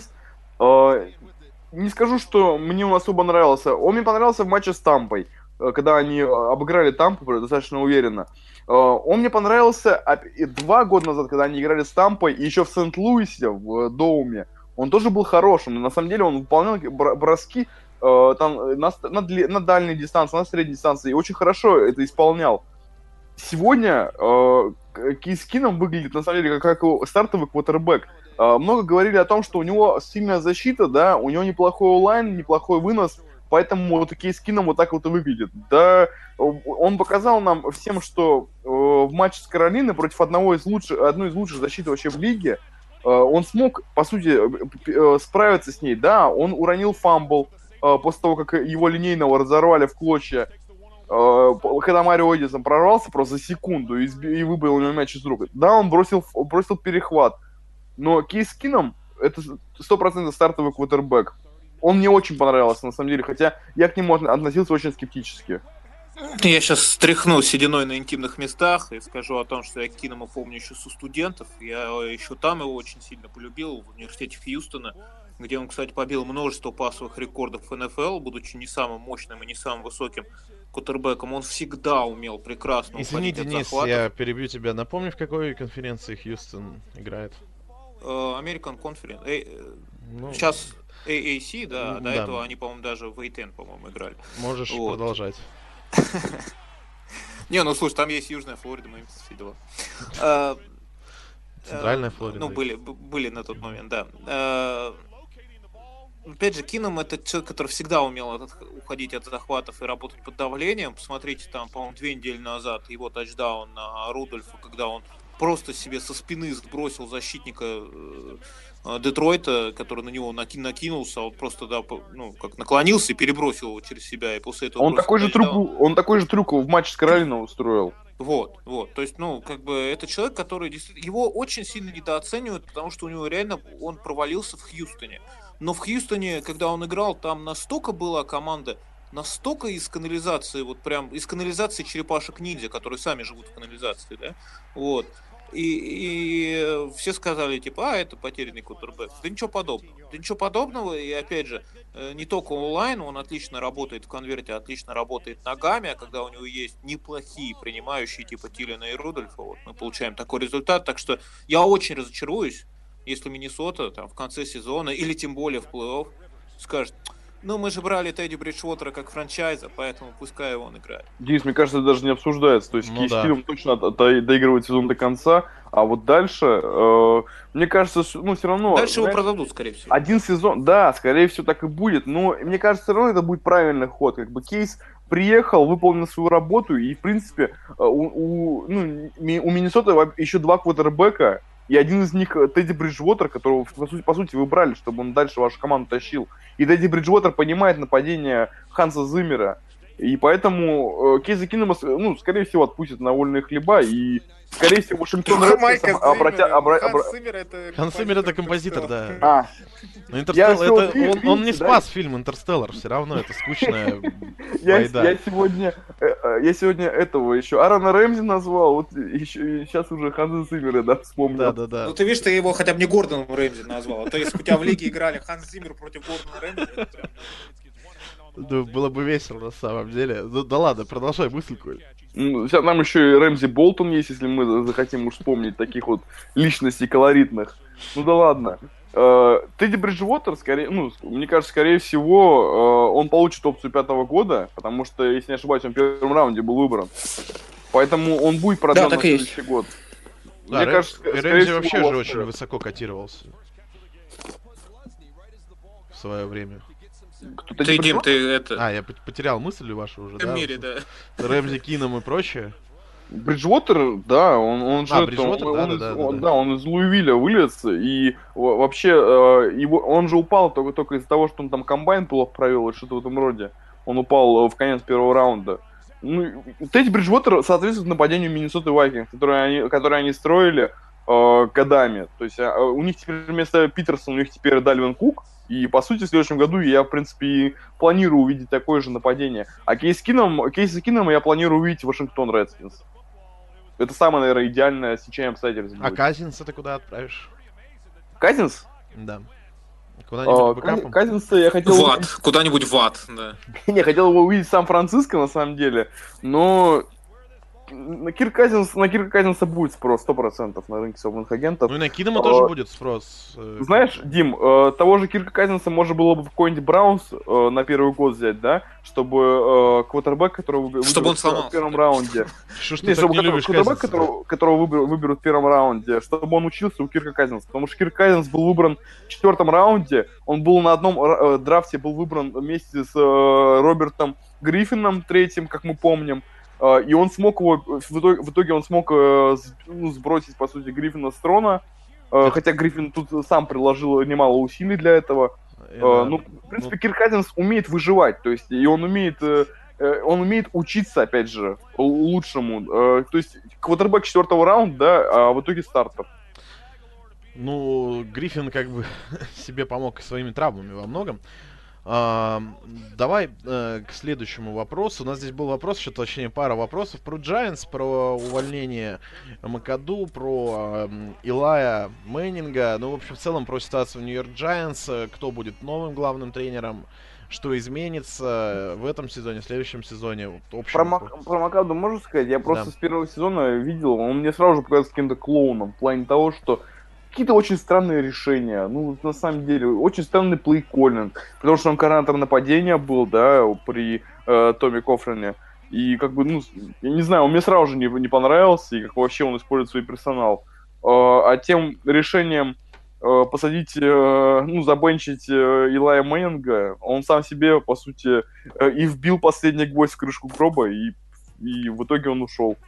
Не скажу, что мне он особо нравился. Он мне понравился в матче с Тампой, когда они обыграли Тампу достаточно уверенно. Он мне понравился 2 года назад, когда они играли с Тампой, и еще в Сент-Луисе, в Доуме. Он тоже был хорошим, но на самом деле он выполнял броски там, на дальней дистанции, на средней дистанции, и очень хорошо это исполнял. Сегодня Кейс Кином выглядит, на самом деле, как стартовый квотербек. Много говорили о том, что у него сильная защита, да, у него неплохой онлайн, неплохой вынос, поэтому вот Кейс Кином вот так вот и выглядит. Да, он показал нам всем, что в матче с Каролиной против одной из лучших защит вообще в лиге, он смог, по сути, справиться с ней. Да, он уронил фамбл после того, как его линейного разорвали в клочья. Когда Марио Эдисон прорвался просто за секунду и выбил у него мяч из рук. Да, он бросил перехват. Но Кейс Кином это 100% стартовый квотербек. Он мне очень понравился, на самом деле, хотя я к нему относился очень скептически. Я сейчас стряхну сединой на интимных местах и скажу о том, что я Кинома помню еще со студентов. Я еще там его очень сильно полюбил, в университете Хьюстона, где он, кстати, побил множество пасовых рекордов НФЛ, будучи не самым мощным и не самым высоким квотербеком. Он всегда умел прекрасно уходить от захватов. Я перебью тебя. Напомни, в какой конференции Хьюстон играет? American Conference. Ну, Сейчас AAC, да, до да. этого они, по-моему, даже в A10, по-моему, играли. Можешь Вот. продолжать. Не, ну слушай, там есть Южная Флорида, Мемфис, все дела. Центральная Флорида. Ну, были на тот момент, да. Опять же, Кином это человек, который всегда умел уходить от захватов и работать под давлением. Посмотрите, там, по-моему, 2 недели назад его тачдаун на Рудольфа, когда он просто себе со спины сбросил защитника Детройта, который на него накинулся, он просто, да, ну, как наклонился и перебросил его через себя, и после этого он такой же трюк в матче с Каролиной устроил. Вот. То есть, ну, как бы, это человек, который действительно... Его очень сильно недооценивают, потому что у него реально... Он провалился в Хьюстоне. Но в Хьюстоне, когда он играл, там настолько была команда, настолько из канализации, вот прям из канализации черепашек-ниндзя, которые сами живут в канализации, да, вот. И все сказали, типа, это потерянный квотербэк. Да ничего подобного. И опять же, не только онлайн, он отлично работает в конверте, отлично работает ногами, а когда у него есть неплохие принимающие, типа Тилина и Рудольфа, вот, мы получаем такой результат. Так что я очень разочаруюсь, если Миннесота там в конце сезона, или тем более в плей-офф, скажет: ну, мы же брали Тедди Бриджвотера как франчайза, поэтому пускай он играет. Денис, мне кажется, это даже не обсуждается. То есть Ну, Кейс да. Кином точно доигрывает сезон до конца, а вот дальше, мне кажется, ну, все равно... Дальше его продадут, скорее всего. Один сезон, да, скорее всего, так и будет, но мне кажется, все равно это будет правильный ход. Как бы Кейс приехал, выполнил свою работу, и, в принципе, у Миннесоты еще 2 квотербека, и один из них Тедди Бриджвотер, которого, по сути, вы брали, чтобы он дальше вашу команду тащил. И Тедди Бриджвотер понимает нападение Ханса Зиммера. И поэтому Кейса Кинома, ну, скорее всего, отпустят на вольные хлеба, и, скорее всего, Вашингтон Редскинс Ханс Зиммер это композитор, да. Но он не спас фильм «Интерстеллар», все равно это скучная байда. Я сегодня этого еще Аарона Рэмзи назвал, вот сейчас уже Ханса Зиммера, да, вспомнил. Да. Ну ты видишь, ты его хотя бы не Гордоном Рэмзи назвал, а то если у тебя в лиге играли Ханс Зиммер против Гордона Рэмзи, да, было бы весело на самом деле. Да ладно, продолжай мысль, Коль. Сейчас нам еще и Рэмзи Болтон есть, если мы захотим уж вспомнить таких вот личностей колоритных. Ну да ладно. Тедди Бриджвотер, скорее, ну, мне кажется, скорее всего, он получит опцию 5-го года, потому что, если не ошибаюсь, он в первом раунде был выбран. Поэтому он будет продан на следующий год. Да, мне кажется, Рэмзи вообще же очень высоко котировался в свое время. Ты, Дим, ты это... я потерял мысль вашу уже, да? В мире, да. Рэмзи, Кином и прочее. Бриджвотер, да, он же... он из Луивилля вылез, и вообще, он же упал только из-за того, что он там комбайн плохо провел, или что-то в этом роде. Он упал в конец первого раунда. Ну, Тедди Бриджвотер соответствует нападению Миннесоты Вайкингс, которые они строили годами. То есть у них теперь вместо Питерсона, у них теперь Дальвин Кук. И, по сути, в следующем году я, в принципе, и планирую увидеть такое же нападение. А Кейса Кинома я планирую увидеть Вашингтон Редскинс. Это самое, наверное, идеальное сечение обстоятельств. А Казинса ты куда отправишь? Казинс? Да. Куда-нибудь бэкапом? Казинса я хотел... В ад. Куда-нибудь в ад, да. Не, хотел его увидеть в Сан-Франциско, на самом деле. Но... На Кирка Казинса будет спрос 100% на рынке свободных агентов. Ну и на Кинома тоже будет спрос. Знаешь, Дим, того же Кирка Казинса можно было бы в какой-нибудь Браунс на первый год взять, да? Чтобы квотербэк, которого выберут в первом раунде. Квотербэк, которого выберут в первом раунде, чтобы он учился у Кирка Казинса. Потому что Кирк Казинс был выбран в 4-м раунде. Он был на одном драфте, был выбран вместе с Робертом Гриффином, 3-м, как мы помним. И он смог его, в итоге он смог сбросить, по сути, Гриффина с трона, хотя Гриффин тут сам приложил немало усилий для этого. Ну, в принципе, Кирк Казинс умеет выживать, то есть, и он умеет учиться, опять же, лучшему. То есть, квотербэк 4-го раунда, да, а в итоге стартер. Ну, Гриффин как бы себе помог своими травмами во многом. Давай к следующему вопросу. У нас здесь был вопрос, еще точнее пара вопросов про Giants, про увольнение Макаду, про Илая Мэннинга. Ну, в общем, в целом про ситуацию в Нью-Йорк Giants, кто будет новым главным тренером, что изменится в этом сезоне, в следующем сезоне. Про Макаду можно сказать? Я просто с первого сезона видел, он мне сразу же показался каким-то клоуном, в плане того, что какие-то очень странные решения. Ну, на самом деле, очень странный плей-коллинг. Потому что он координатор нападения был, да, при Томми Кофрене. И как бы, ну, я не знаю, он мне сразу же не понравился, и как вообще он использует свой персонал. А тем решением посадить, ну, забенчить Илая Мэннинга, он сам себе, по сути, и вбил последний гвоздь в крышку гроба, и в итоге он ушел.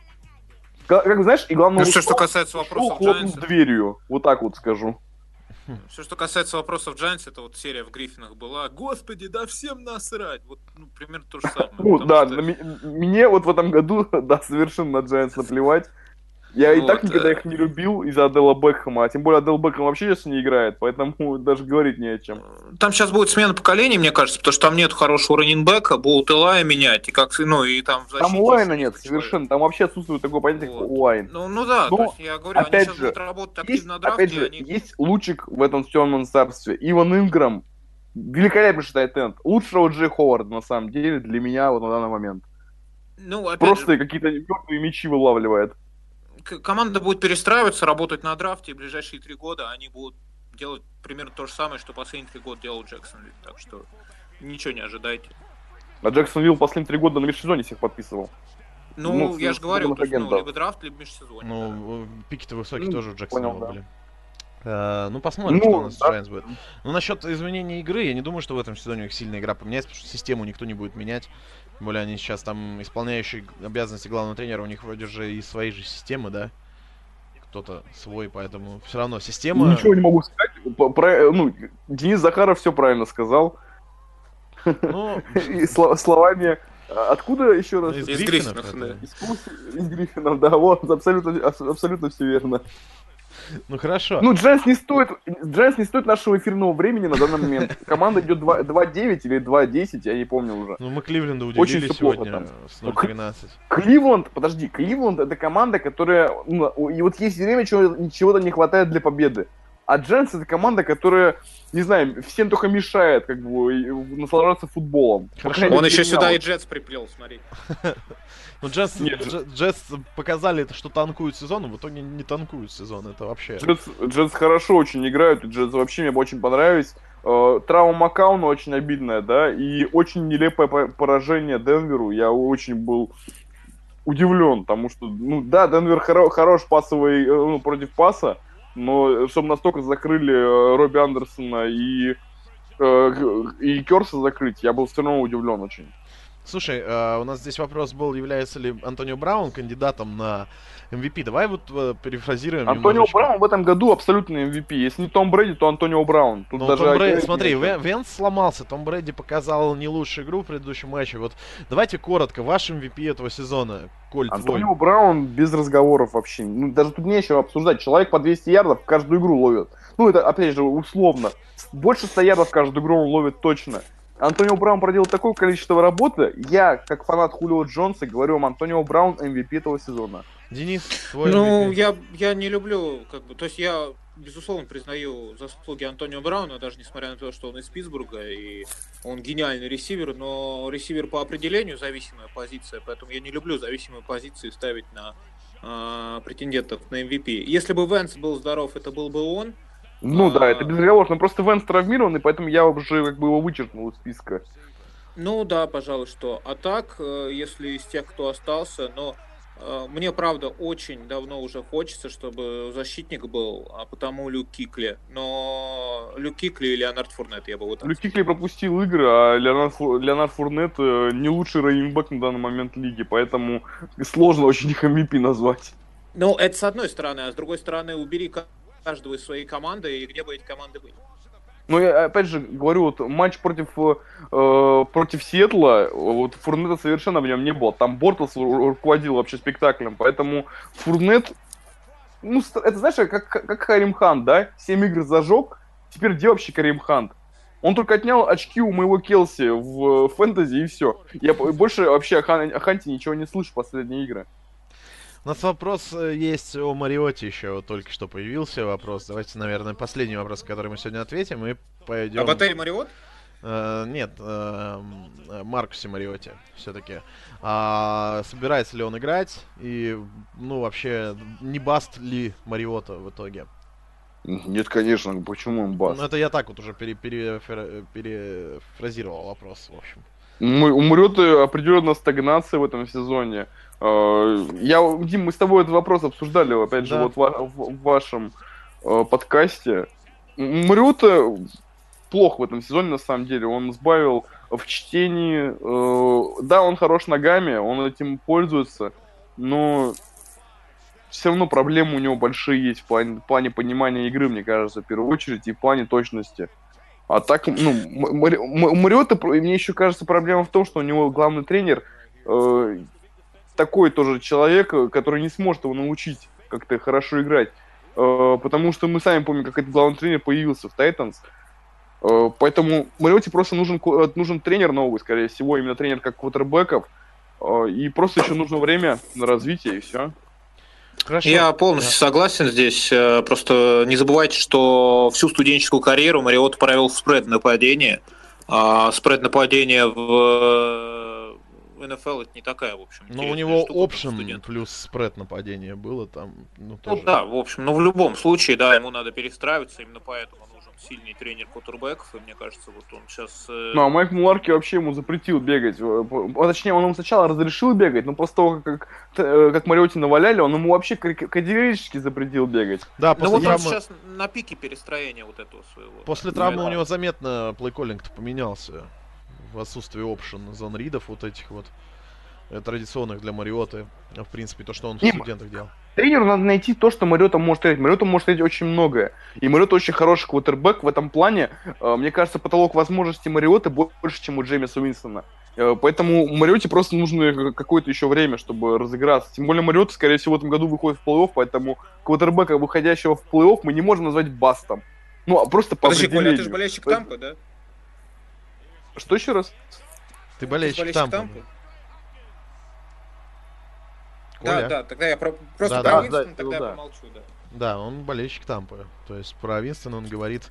Как знаешь, и главное, Ну, что касается вопросов хлопнув Giants, дверью. Вот так вот скажу. все, что касается вопросов Giants, это вот серия в Гриффинах была. Господи, да всем насрать. Вот, ну, примерно то же самое. Ну, да, что... мне вот в этом году, да, совершенно на Giants наплевать. Я и так никогда их не любил из-за Адела Бекхэма, а тем более Адел Бекхэм вообще сейчас не играет, поэтому даже говорить не о чем. Там сейчас будет смена поколений, мне кажется, потому что там нет хорошего раннинбека, будут Элая менять, и как, ну, и там в защите... Там лайна нет совершенно, там вообще отсутствует такое понятие, как лайн. Ну да, но, то есть я говорю, они сейчас будут работать активно на драфте. Опять же, есть лучик в этом темном царстве. Иван Инграм, великолепнейший тайтенд, лучшего Джей Ховарда, на самом деле, для меня вот на данный момент. Ну, опять просто же, какие-то мертвые мячи вылавливает. Команда будет перестраиваться, работать на драфте, и в ближайшие 3 года они будут делать примерно то же самое, что последние 3 года делал Джексонвилл. Так что ничего не ожидайте. А Джексонвилл последние 3 года на межсезонье всех подписывал. Ну, я же говорил, то, что, либо драфт, либо межсезонье. Ну, да. Пики-то высокие тоже у Джексонвилла были. Да. Ну, посмотрим, что у нас с Giants будет. Ну, насчет изменения игры, я не думаю, что в этом сезоне у них сильная игра поменяется, потому что систему никто не будет менять. Тем более они сейчас там исполняющие обязанности главного тренера, у них вроде же и свои же системы, да? Кто-то свой, поэтому все равно система... Ничего не могу сказать. Ну, Денис Захаров все правильно сказал. Ну... И словами... Откуда еще раз? Из Гриффинов, да. Из Гриффинов, да, вот, абсолютно все верно. Ну хорошо. Ну, Giants не стоит нашего эфирного времени на данный момент. Команда идет 2-9 или 2-10, я не помню уже. Ну, мы Кливленда удивили очень сегодня с 0-13. Кливленд это команда, которая... Ну, и вот есть время, чего-то не хватает для победы. А Giants это команда, которая, не знаю, всем только мешает, как бы, наслаждаться футболом. Хорошо. Он еще сюда и Джетс приплел, смотри. Ну, Джетс показали, что танкуют сезон, но в итоге не танкуют сезон. Это вообще... Джетс хорошо очень играют, и Джетс вообще мне очень понравились. Травма Макауна очень обидная, да, и очень нелепое поражение Денверу. Я очень был удивлен, потому что, ну да, Денвер хорош пасовый, против паса, но чтобы настолько закрыли Робби Андерсона и Керса закрыть, я был все равно удивлен очень. Слушай, у нас здесь вопрос был, является ли Антонио Браун кандидатом на MVP. Давай вот перефразируем Антонио Браун в этом году абсолютный MVP. Если не Том Брэди, то Антонио Браун. Тут даже Том Брэди, смотри, Венс сломался, Том Брэди показал не лучшую игру в предыдущем матче. Вот давайте коротко, ваш MVP этого сезона, Коль, Антонио Браун без разговоров вообще. Ну, даже тут нечего обсуждать. Человек по 200 ярдов каждую игру ловит. Ну, это, опять же, условно. Больше 100 ярдов каждую игру он ловит точно. Антонио Браун проделал такое количество работы. Я, как фанат Хулио Джонса, говорю вам, Антонио Браун MVP этого сезона. Денис, твой MVP. Ну, я не люблю, как бы, то есть я, безусловно, признаю заслуги Антонио Брауна, даже несмотря на то, что он из Питтсбурга, и он гениальный ресивер, но ресивер по определению зависимая позиция, поэтому я не люблю зависимые позиции ставить на претендентов на MVP. Если бы Венс был здоров, это был бы он. Ну да, это безразговорно. Просто Венс травмирован, и поэтому я уже как бы его вычеркнул из списка. Ну да, пожалуй, что. А так, если из тех, кто остался, но мне, правда, очень давно уже хочется, чтобы защитник был, а потому Люк Кикли. Но Люк Кикли и Леонард Фурнет я бы вот так. Люк Кикли пропустил игры, а Леонард Фурнет не лучший раннинбэк на данный момент лиги, поэтому сложно очень их MVP назвать. Ну, это с одной стороны, а с другой стороны, убери каждого из своей команды, и где бы эти команды были. Ну, я опять же говорю, вот матч против Сиэтла, вот Фурнета совершенно в нем не было. Там Бортлс руководил вообще спектаклем, поэтому Фурнет, ну, это знаешь, как Карим Хант, да? 7 игр зажег, теперь где вообще Карим Хант? Он только отнял очки у моего Келси в фэнтези и все. Я больше вообще о Ханте ничего не слышу в последние игры. У нас вопрос есть о Мариоте еще, вот только что появился вопрос. Давайте, наверное, последний вопрос, который мы сегодня ответим, и пойдем... Об отеле Мариот? Нет, Маркусе Мариоте все-таки. Собирается ли он играть? И, ну, вообще, не баст ли Мариота в итоге? Нет, конечно, почему он бас? Ну, это я так вот уже перефразировал вопрос, в общем. У Мурюты определенно стагнация в этом сезоне. Дим, мы с тобой этот вопрос обсуждали, опять же, Да. вот в вашем подкасте. Мурюта плох в этом сезоне, на самом деле. Он сбавил в чтении. Да, он хорош ногами, он этим пользуется, но все равно проблемы у него большие есть в плане понимания игры, мне кажется, в первую очередь, и в плане точности. А так, ну, Мариота, мне еще кажется, проблема в том, что у него главный тренер такой тоже человек, который не сможет его научить как-то хорошо играть. Потому что мы сами помним, как этот главный тренер появился в Тайтанс. Поэтому Мариоте просто нужен тренер новый, скорее всего, именно тренер как квотербеков. И просто еще нужно время на развитие, и все. Хорошо. Я полностью согласен здесь. Просто не забывайте, что всю студенческую карьеру Мариотта провел в спред-нападении. А спред-нападение в НФЛ это не такая, в общем, Ну, у него опшен плюс спред нападение было там. Ну, тоже. Да, в общем, но в любом случае, да, ему надо перестраиваться, именно поэтому нужен сильный тренер квотербеков, и мне кажется, вот он сейчас... Ну, а Майк Муларки вообще ему запретил бегать. Точнее, он ему сначала разрешил бегать, но после того, как Мариотти наваляли, он ему вообще категорически запретил бегать. Да, после после травмы... он сейчас на пике перестроения вот этого своего. После травмы у него заметно плей-коллинг-то поменялся. В отсутствии опшен зон ридов вот этих вот традиционных для Мариоты. В принципе, то, что он в студентах делал. Тренеру надо найти то, что Мариота может делать. Мариота может делать очень многое. И Мариота очень хороший квотербек в этом плане. Мне кажется, потолок возможностей Мариоты больше, чем у Джеймиса Уинстона. Поэтому Мариоте просто нужно какое-то еще время, чтобы разыграться. Тем более Мариота, скорее всего, в этом году выходит в плей-офф, поэтому квотербека, выходящего в плей-офф, мы не можем назвать бастом. Ну, а просто по Подожди, определению. Коля, ты же болельщик Тампы, да? Что еще раз? Ты болельщик Тампы. Да, тогда я просто да, про Уинстона да, тогда да. помолчу, да. Да, он болельщик Тампы. То есть про Винстона он говорит,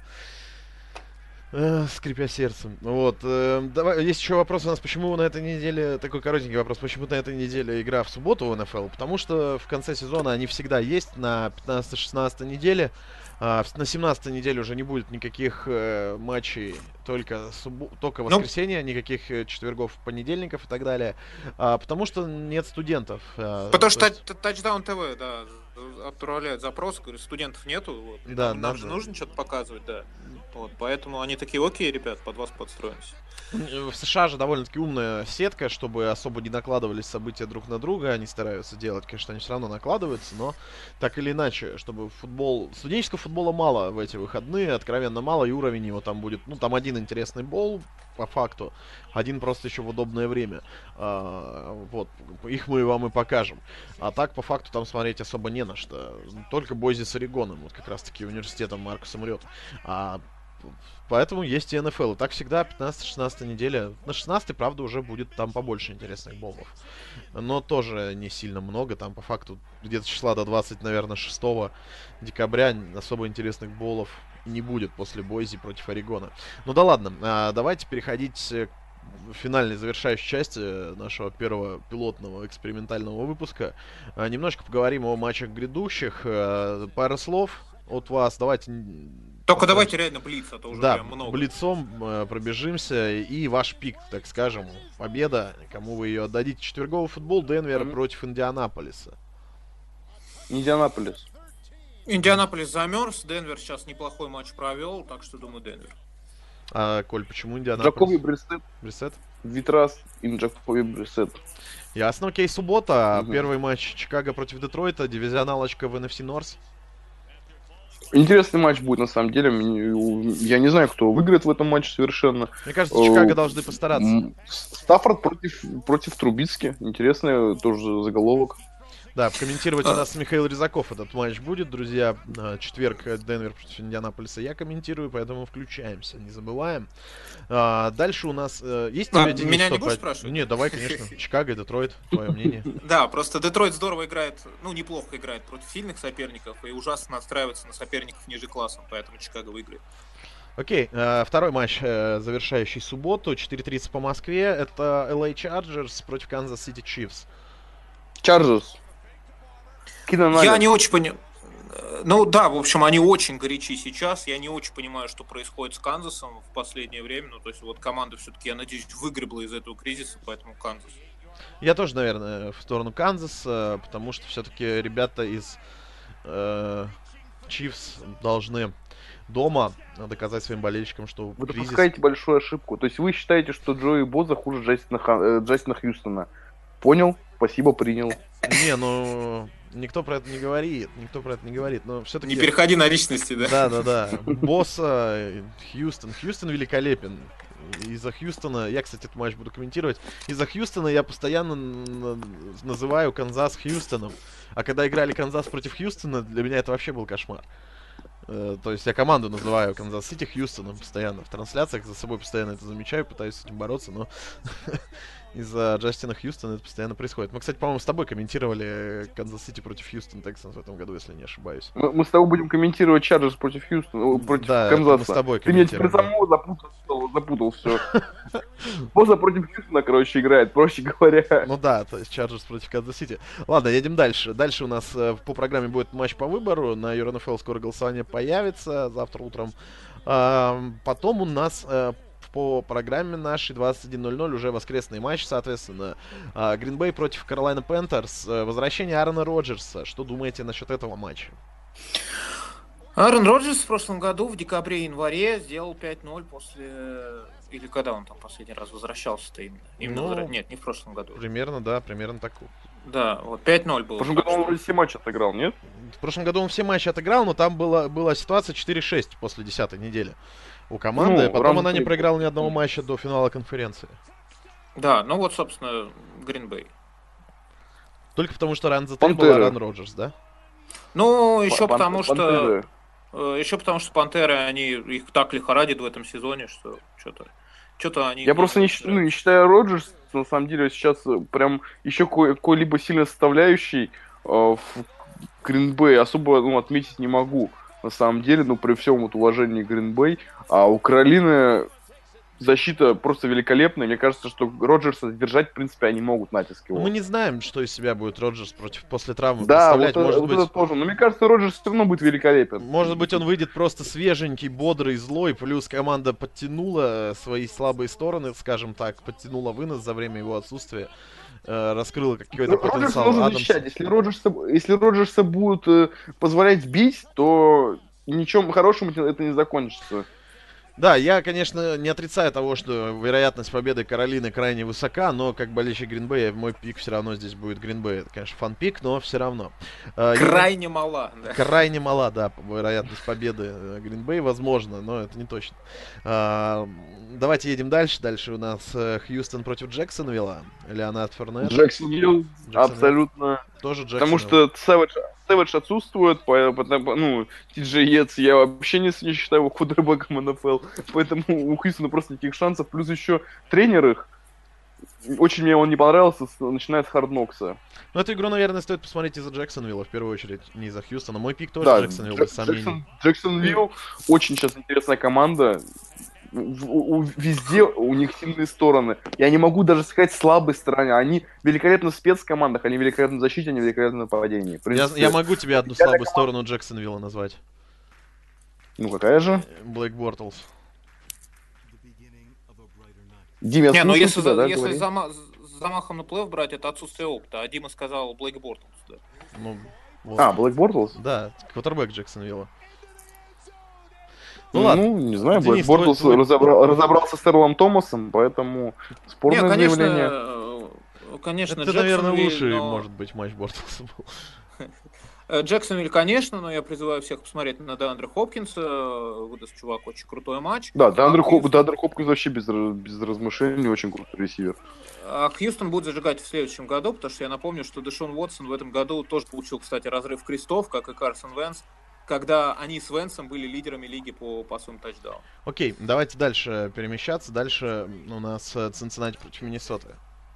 скрипя сердцем. Вот. Давай, есть еще вопрос у нас, почему на этой неделе, такой коротенький вопрос, почему на этой неделе игра в субботу в НФЛ? Потому что в конце сезона они всегда есть, на 15-16 неделе. На 17-й неделе уже не будет никаких матчей, только воскресенье, никаких четвергов, понедельников и так далее. Потому что нет студентов. Потому что Touchdown TV, да, отправляют запрос, говорят, студентов нету, вот, да, нам же нужно что-то показывать, да. Вот, поэтому они такие, окей, ребят, под вас подстроимся. В США же довольно-таки умная сетка, чтобы особо не накладывались события друг на друга. Они стараются делать, конечно, они все равно накладываются, но так или иначе, чтобы студенческого футбола мало в эти выходные, откровенно мало, и уровень его там будет, ну, там один интересный бол, по факту, один просто еще в удобное время. Вот, их мы вам и покажем. А так, по факту, там смотреть особо не на что. Только Бойзи с Орегоном, вот как раз-таки университетом Маркуса Мриота. Поэтому есть и НФЛ. И так всегда 15-16 неделя. На 16-й, правда, уже будет там побольше интересных болов. Но тоже не сильно много. Там по факту где-то числа до 20, наверное, 6 декабря особо интересных болов не будет после Бойзи против Орегона. Ну да ладно, давайте переходить к финальной завершающей части нашего первого пилотного экспериментального выпуска. Немножко поговорим о матчах грядущих. Пара слов от вас. Давайте... Только давайте реально блиц, а то уже прям много. Блицом пробежимся. И ваш пик, так скажем, победа. Кому вы ее отдадите? Четверговый футбол, Денвер против Индианаполиса. Индианаполис. Индианаполис замерз, Денвер сейчас неплохой матч провел, так что думаю Денвер. А, Коль, почему Индианаполис? Джакоби Брисет. Брисет? Витрас и Джакоби Брисет. Ясно, окей, суббота. Первый матч Чикаго против Детройта, дивизионалочка в NFC North. Интересный матч будет, на самом деле. Я не знаю, кто выиграет в этом матче совершенно. Мне кажется, Чикаго должны постараться. Стаффорд против Трубицки. Интересный тоже заголовок. Да, комментировать у нас Михаил Резаков этот матч будет, друзья. Четверг Денвер против Индианаполиса я комментирую, поэтому включаемся, не забываем. Дальше у нас есть тебе, Денис, меня не будешь спрашивать? Нет, давай, конечно. Чикаго, Детройт, твое мнение. Да, просто Детройт здорово играет, ну, неплохо играет против сильных соперников и ужасно настраивается на соперников ниже классом, поэтому Чикаго выиграет. Окей, второй матч, завершающий субботу, 4:30 по Москве. Это LA Chargers против Kansas City Chiefs. Chargers. Я не очень понял. Ну да, в общем, они очень горячи сейчас. Я не очень понимаю, что происходит с Канзасом в последнее время. Ну, то есть вот команда все-таки, я надеюсь, выгребла из этого кризиса, поэтому Канзас. Я тоже, наверное, в сторону Канзаса, потому что все-таки ребята из Чифс должны дома доказать своим болельщикам, что Вы кризис... допускаете большую ошибку. То есть вы считаете, что Джои Боза хуже Джастина Хьюстона. Понял? Спасибо, принял. Не, ну, никто про это не говорит, но все-таки... Не переходи на личности, да? Да. Босса, Хьюстон великолепен. Из-за Хьюстона, я, кстати, этот матч буду комментировать, из-за Хьюстона я постоянно называю Канзас Хьюстоном. А когда играли Канзас против Хьюстона, для меня это вообще был кошмар. То есть я команду называю Канзас Сити Хьюстоном постоянно. В трансляциях за собой постоянно это замечаю, пытаюсь с этим бороться, но из-за Джастина Хьюстона это постоянно происходит. Мы, кстати, по-моему, с тобой комментировали Канзас Сити против Хьюстон Тексанс в этом году, если не ошибаюсь. Мы с тобой будем комментировать Чарджерс против Хьюстона, против Да, Канзаса. мы с тобой Ты меня комментируем, теперь самого запутал все. Боза против Хьюстона, короче, играет, проще говоря. Ну да, то есть Чарджерс против Канзас Сити. Ладно, едем дальше. Дальше у нас по программе будет матч по выбору. На EuroNFL скоро голосование появится завтра утром. Потом у нас по программе нашей 21:00 уже воскресный матч, соответственно. Green Bay против Carolina Panthers. Возвращение Аарона Роджерса. Что думаете насчет этого матча? Аарон Роджерс в прошлом году в декабре-январе сделал 5-0 после... Или когда он там последний раз возвращался-то именно? Нет, не в прошлом году. Примерно так. Да, вот 5-0 было. В прошлом году он вроде все матчи отыграл, нет? В прошлом году он все матчи отыграл, но там была ситуация 4-6 после 10-й недели у команды. Потом она не проиграла ни одного матча до финала конференции. Да, ну вот, собственно, Green Bay. Только потому, что ран за 3 был Аарон Роджерс, да? Ну, еще потому что Пантеры, они их так лихорадят в этом сезоне, что что-то они... Я просто не считаю Роджерс, на самом деле, сейчас прям еще какой-либо сильной составляющей в Green Bay особо отметить не могу. На самом деле, при всем уважении к Green Bay. А у Каролины защита просто великолепная. Мне кажется, что Роджерса держать, в принципе, они могут натиск его. Мы не знаем, что из себя будет Роджерс после травмы да, представлять. Может быть, это тоже. Но мне кажется, Роджерс все равно будет великолепен. Может быть, он выйдет просто свеженький, бодрый, злой. Плюс команда подтянула свои слабые стороны, скажем так. Подтянула вынос за время его отсутствия. Раскрыла какой-то потенциал. Нужно защищать. Если Роджерса будут позволять бить, то ничем хорошим это не закончится. Да, я, конечно, не отрицаю того, что вероятность победы Каролины крайне высока, но как болельщик Green Bay, мой пик все равно здесь будет Green Bay. Это, конечно, фан-пик, но все равно. Крайне мала, да. Крайне мала, да, вероятность победы Green Bay, возможно, но это не точно. Давайте едем дальше. Дальше у нас Хьюстон против Джексонвилла. Леонард Фернет. Джексонвилл, абсолютно. Тоже Джексонвилл. Потому что Сэвидж отсутствует, Ти Джей Йетс, я вообще не считаю его квотербеком НФЛ, поэтому у Хьюстона просто никаких шансов. Плюс еще тренер их, очень мне он не понравился, начиная с Hard Knocks'а. Ну, эту игру, наверное, стоит посмотреть из-за Джексонвилла, в первую очередь, не из-за Хьюстона. Мой пик тоже да, Джексонвилл, без сомнений. Джексонвилл очень сейчас интересная команда. Везде у них сильные стороны. Я не могу даже сказать слабые стороны. Они великолепны в спецкомандах, они великолепны в защите, они великолепны в нападении. Я могу тебе одну слабую сторону Джексонвилла назвать. Ну, какая же? Блейк Бортлс. Дима, если замахом на плей-офф брать, это отсутствие опыта. А Дима сказал Блейк Бортлс, да. Ну, вот. Блейк Бортлс? Да, квотербек Джексонвилла. Ну ладно. Не знаю, Блейк Бортлс разобрался с Эрлом Томасом, поэтому спорное заявление. Конечно, это, наверное, лучший, может быть, матч Бортлса был. Джексонвилл, конечно, но я призываю всех посмотреть на Деандре Хопкинса. Выдаст чувак очень крутой матч. Да, Деандре Хопкинс вообще без размышлений очень крутой ресивер. А Хьюстон будет зажигать в следующем году, потому что я напомню, что Дэшон Уотсон в этом году тоже получил, кстати, разрыв крестов, как и Карсон Венс, когда они с Венсом были лидерами лиги по пасовым тачдаунам. Окей, давайте дальше перемещаться. Дальше у нас Цинциннати против Миннесоты.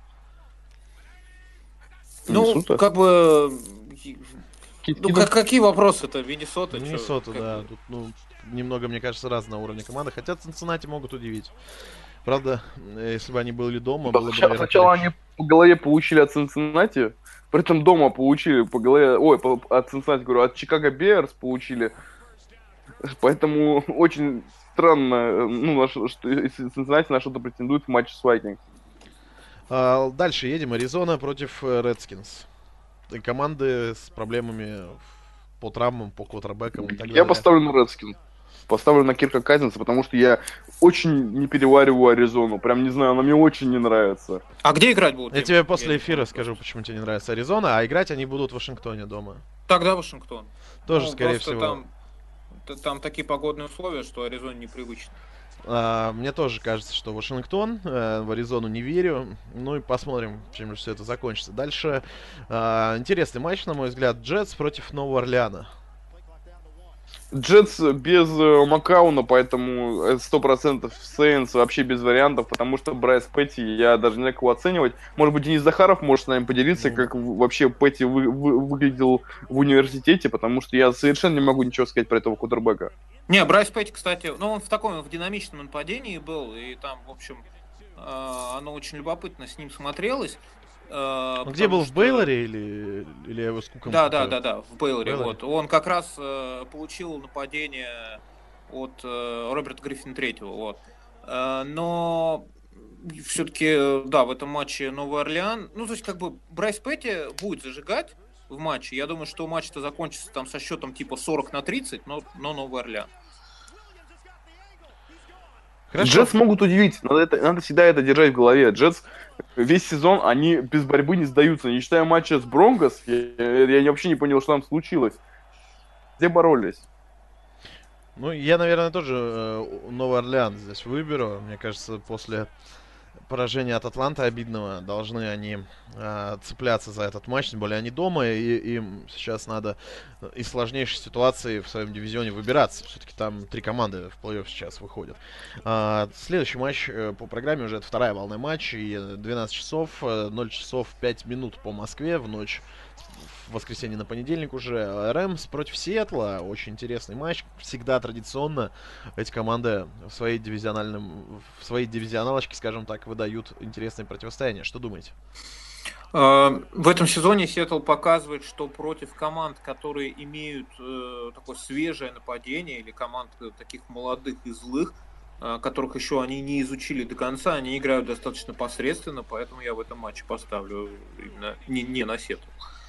Ну, как бы... какие вопросы-то? Миннесота, да. Тут, немного, мне кажется, разного уровня команды. Хотя Цинциннати могут удивить. Правда, если бы они были дома, было бы, наверное, по голове получили от Цинциннати, при этом дома получили по голове, от Цинциннати, говорю, от Чикаго Берс получили, поэтому очень странно, что Цинциннати на что-то претендует в матче с Вайкингс. Дальше едем. Аризона против Редскинс. Команды с проблемами по травмам, по квотербекам и так далее. Я поставлю на Редскинс. Поставлю на Кирка Казинса, потому что я очень не перевариваю Аризону. Прям не знаю, она мне очень не нравится. А где играть будут? Я тебе после эфира скажу, почему тебе не нравится Аризона, а играть они будут в Вашингтоне дома. Тогда Вашингтон. Тоже, скорее всего. Там такие погодные условия, что Аризоне непривычно. Мне тоже кажется, что Вашингтон, в Аризону не верю. Ну и посмотрим, чем же все это закончится. Дальше интересный матч, на мой взгляд. Джетс против Нового Орлеана. Джетс без Макауна, поэтому 100% Сейнс вообще без вариантов, потому что Брайс Петти, я даже не знаю, кого оценивать. Может быть, Денис Захаров может с нами поделиться, как вообще Петти выглядел в университете, потому что я совершенно не могу ничего сказать про этого квотербека. Не, Брайс Петти, кстати, он в динамичном нападении был, и там, в общем, оно очень любопытно с ним смотрелось. Где был, в Бейлоре или я его с Куком? Да, в Бейлоре. Вот. Он как раз получил нападение от Роберта Гриффина III. Вот. Но все-таки, да, в этом матче Новый Орлеан, то есть, как бы, Брайс Петти будет зажигать в матче. Я думаю, что матч-то закончится там со счетом типа 40-30, но Новый Орлеан. Джетс могут удивить, надо всегда это держать в голове. Джетс весь сезон, они без борьбы не сдаются. Не считая матча с Бронкос, я вообще не понял, что там случилось. Где боролись? Я, наверное, тоже Новый Орлеан здесь выберу. Мне кажется, после поражения от Атланты обидного должны они цепляться за этот матч. Тем более они дома, и им сейчас надо из сложнейшей ситуации в своем дивизионе выбираться. Все-таки там 3 команды в плей-офф сейчас выходят. Следующий матч по программе уже это вторая волна матчей. 12 часов, 0 часов 5 минут по Москве в ночь. В воскресенье на понедельник уже. Рэмс против Сиэтла. Очень интересный матч. Всегда традиционно эти команды в своей дивизионалочке, скажем так, выдают интересные противостояния. Что думаете? В этом сезоне Сиэтл показывает, что против команд, которые имеют такое свежее нападение, или команд таких молодых и злых, которых еще они не изучили до конца, они играют достаточно посредственно, поэтому я в этом матче поставлю именно не на Сиэтл.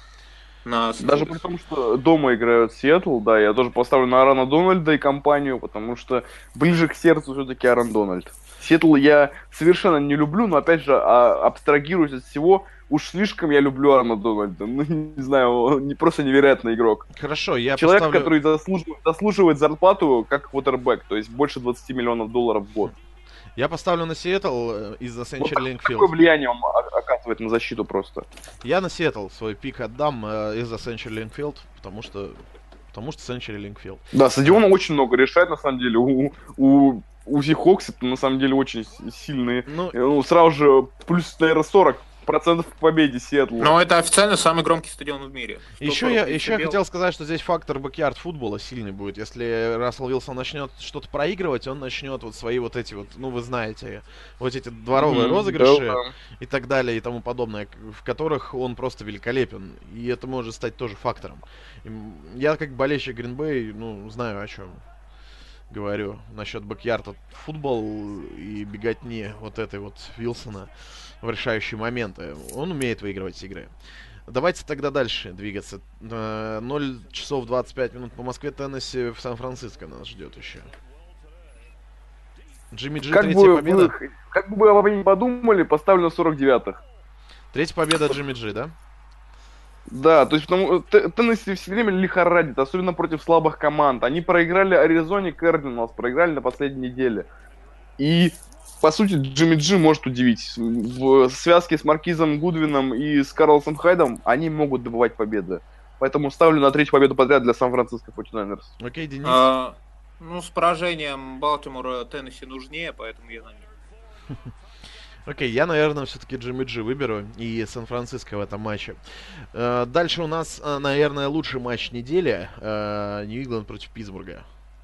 Даже при том, что дома играют Сиэтл, да, я тоже поставлю на Аарона Дональда и компанию, потому что ближе к сердцу все-таки Аарон Дональд. Сиэтл я совершенно не люблю, но опять же абстрагируюсь от всего. Уж слишком я люблю Аарона Дональда. Не знаю, он просто невероятный игрок. Хорошо, я Человек, который заслуживает зарплату как квотербек, то есть больше $20 миллионов в год. Я поставлю на Сиэтл из-за Century Link Field. Какое влияние он оказывает на защиту просто? Я на Сиэтл свой пик отдам из-за Century Link Field, потому что Century Link Field. Да, стадиона очень много решает, на самом деле. У Seahawks это, на самом деле, очень сильные. Сразу же плюс, наверное, 40% к победе Сиэтла. Но это официально самый громкий стадион в мире. Еще я хотел сказать, что здесь фактор бэкьярд футбола сильный будет. Если Рассел Уилсон начнет что-то проигрывать, он начнет вот свои вот эти вот, вы знаете, вот эти дворовые розыгрыши и так далее и тому подобное, в которых он просто великолепен. И это может стать тоже фактором. Я как болельщик Green Bay, знаю о чем говорю насчет бэкьярда футбол и беготни вот этой вот Уилсона в решающие моменты. Он умеет выигрывать игры. Давайте тогда дальше двигаться. 0 часов 25 минут по Москве, Теннесси в Сан-Франциско нас ждет еще. Джимми Джи, третья победа. Как бы вы не подумали, поставлю на 49-х. Третья победа Джимми Джи, да? Да, то есть Теннесси все время лихорадит, особенно против слабых команд. Они проиграли Аризоне Кардиналс, проиграли на последней неделе. И, по сути, Джимми Джи может удивить. В связке с Маркизом Гудвином и с Карлосом Хайдом они могут добывать победы. Поэтому ставлю на 3-ю победу подряд для Сан-Франциско 49ers. Окей, Денис. С поражением Балтимора Теннесси нужнее, поэтому я на них. Окей, я, наверное, все-таки Джимми Джи выберу и Сан-Франциско в этом матче. Дальше у нас, наверное, лучший матч недели. Нью-Ингланд против Питтсбурга.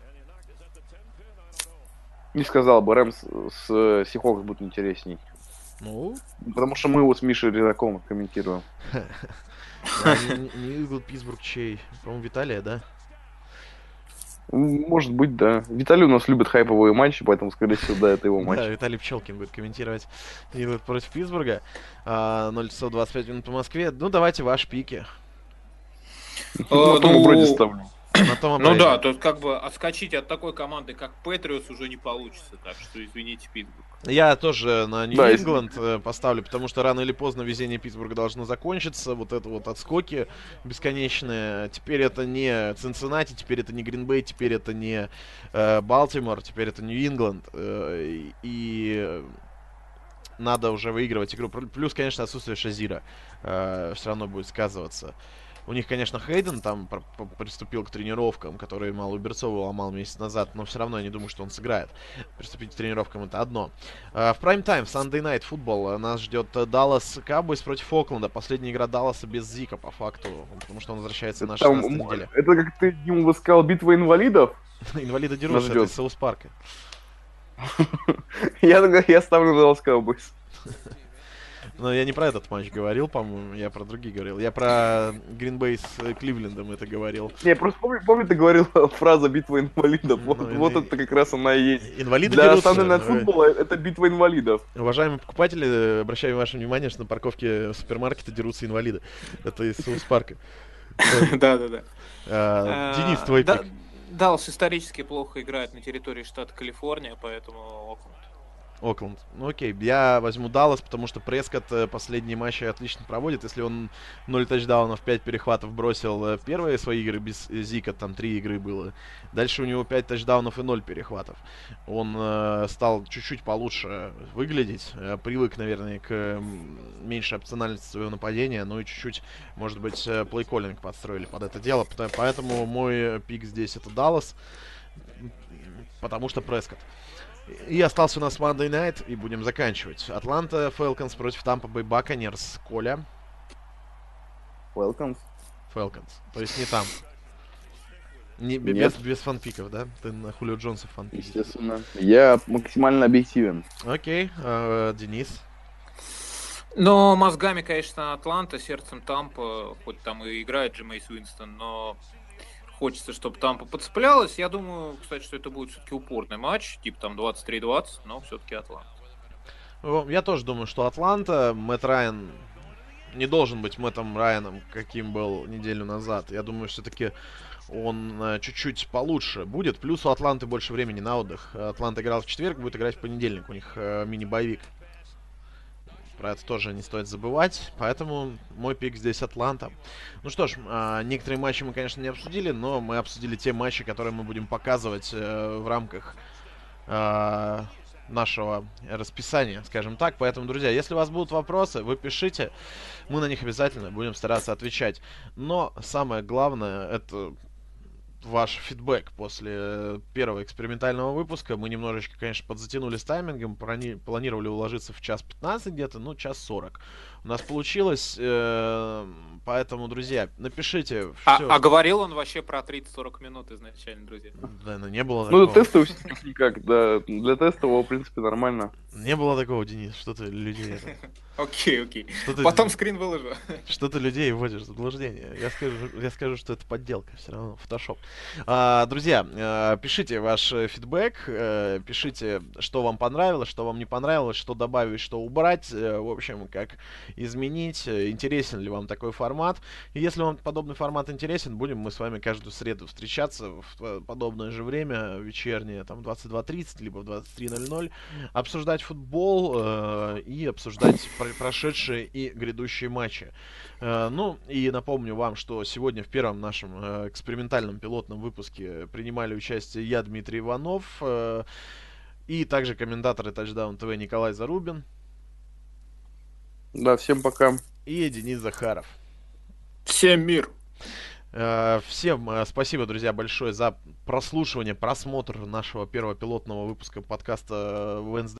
Не сказал бы, Рэмс с Сихокс будет интересней. Ну, Потому что мы его с Мишей Редаковым комментируем. Нью-Ингланд, Питтсбург, чей? По-моему, Виталия, да? Может быть, да. Виталий у нас любит хайповые матчи, поэтому, скорее всего, да, это его матч. Да, Виталий Пчелкин будет комментировать Нью-Ингланд против Питтсбурга. 0 часов 25 минут по Москве. Ну, давайте ваши пики. На том и Броди ставлю. Ну да, тут как бы отскочить от такой команды, как Патриотс, уже не получится. Так что извините, Питтсбург. Я тоже на Нью-Ингланд поставлю, потому что рано или поздно везение Питтсбурга должно закончиться. Вот это вот отскоки бесконечные. Теперь это не Цинциннати, теперь это не Грин-Бэй, теперь это не Балтимор, теперь это Нью-Ингланд. И надо уже выигрывать игру. Плюс, конечно, отсутствие Шазира все равно будет сказываться. У них, конечно, Хейден там приступил к тренировкам, которые Малу Берцову ломал месяц назад, но все равно я не думаю, что он сыграет. Приступить к тренировкам — это одно. В прайм-тайм, Sunday Night Football, нас ждет Даллас Cowboys против Окленда. Последняя игра Далласа без Зика, по факту, потому что он возвращается на 16-й неделе. Это, как ты, Дима, сказал, битва инвалидов? Инвалиды дерутся, это из Саус Парка. Я ставлю на Dallas Cowboys. Но я не про этот матч говорил, по-моему, я про другие говорил. Я про Грин-Бэй с Кливлендом это говорил. Не, просто помню, ты говорил фраза «битва инвалидов». Вот это как раз она и есть. Инвалиды для дерутся. Sunday Night Football это битва инвалидов. Уважаемые покупатели, обращаю ваше внимание, что на парковке супермаркета дерутся инвалиды. Это из Саус Парка. Да-да-да. Денис, твой пик. Даллас исторически плохо играет на территории штата Калифорния, поэтому Окленд. Ну окей, я возьму Даллас, потому что Прескотт последние матчи отлично проводит. Если он 0 тачдаунов, 5 перехватов бросил первые свои игры без Зика, там 3 игры было. Дальше у него 5 тачдаунов и 0 перехватов. Он стал чуть-чуть получше выглядеть. Привык, наверное, к меньшей опциональности своего нападения. Ну и чуть-чуть, может быть, плей-коллинг подстроили под это дело. Поэтому мой пик здесь — это Даллас, потому что Прескотт. И остался у нас Monday Night, и будем заканчивать. Атланта Falcons против Tampa Bay Buccaneers. Коля. Falcons. То есть не там. Без фанпиков, да? Ты на Хулио Джонса фанпик. Естественно. Я максимально объективен. Окей. Денис. Но мозгами, конечно, Атланта, сердцем Тампа, хоть там и играет Джеймейс Уинстон, но хочется, чтобы Тампа подцеплялась. Я думаю, кстати, что это будет все-таки упорный матч, типа там 23-20, но все-таки Атланта. Я тоже думаю, что Атланта. Мэтт Райан не должен быть Мэттом Райаном, каким был неделю назад. Я думаю, все-таки он чуть-чуть получше будет. Плюс у Атланты больше времени на отдых. Атланта играл в четверг, будет играть в понедельник. У них мини-боевик. Про это тоже не стоит забывать. Поэтому мой пик здесь Атланта. Ну что ж, некоторые матчи мы, конечно, не обсудили, но мы обсудили те матчи, которые мы будем показывать в рамках нашего расписания, скажем так. Поэтому, друзья, если у вас будут вопросы, вы пишите. Мы на них обязательно будем стараться отвечать. Но самое главное — это ваш фидбэк после первого экспериментального выпуска. Мы немножечко, конечно, подзатянули с таймингом. Планировали уложиться в час 15 где-то, ну, час 40. У нас получилось. Поэтому, друзья, напишите. А говорил он вообще про 30-40 минут изначально, друзья? Да, но не было такого. Ну, для тестового никак, да. Для тестового, в принципе, нормально. Не было такого, Денис. Что ты людей... Окей. Потом скрин выложу. Что ты людей вводишь в заблуждение? Я скажу, что это подделка. Все равно фотошоп. Друзья, пишите ваш фидбэк. Пишите, что вам понравилось, что вам не понравилось, что добавить, что убрать. В общем, как изменить. Интересен ли вам такой формат? И если вам подобный формат интересен, будем мы с вами каждую среду встречаться в подобное же время, вечернее, там, 22:30, либо в 23:00, обсуждать футбол и обсуждать прошедшие и грядущие матчи. Ну, и напомню вам, что сегодня в первом нашем экспериментальном пилотном выпуске принимали участие я, Дмитрий Иванов, и также комментаторы Touchdown TV Николай Зарубин. Да, всем пока. И Денис Захаров. Всем мир! Всем спасибо, друзья, большое за прослушивание, просмотр нашего первого пилотного выпуска подкаста Wednesday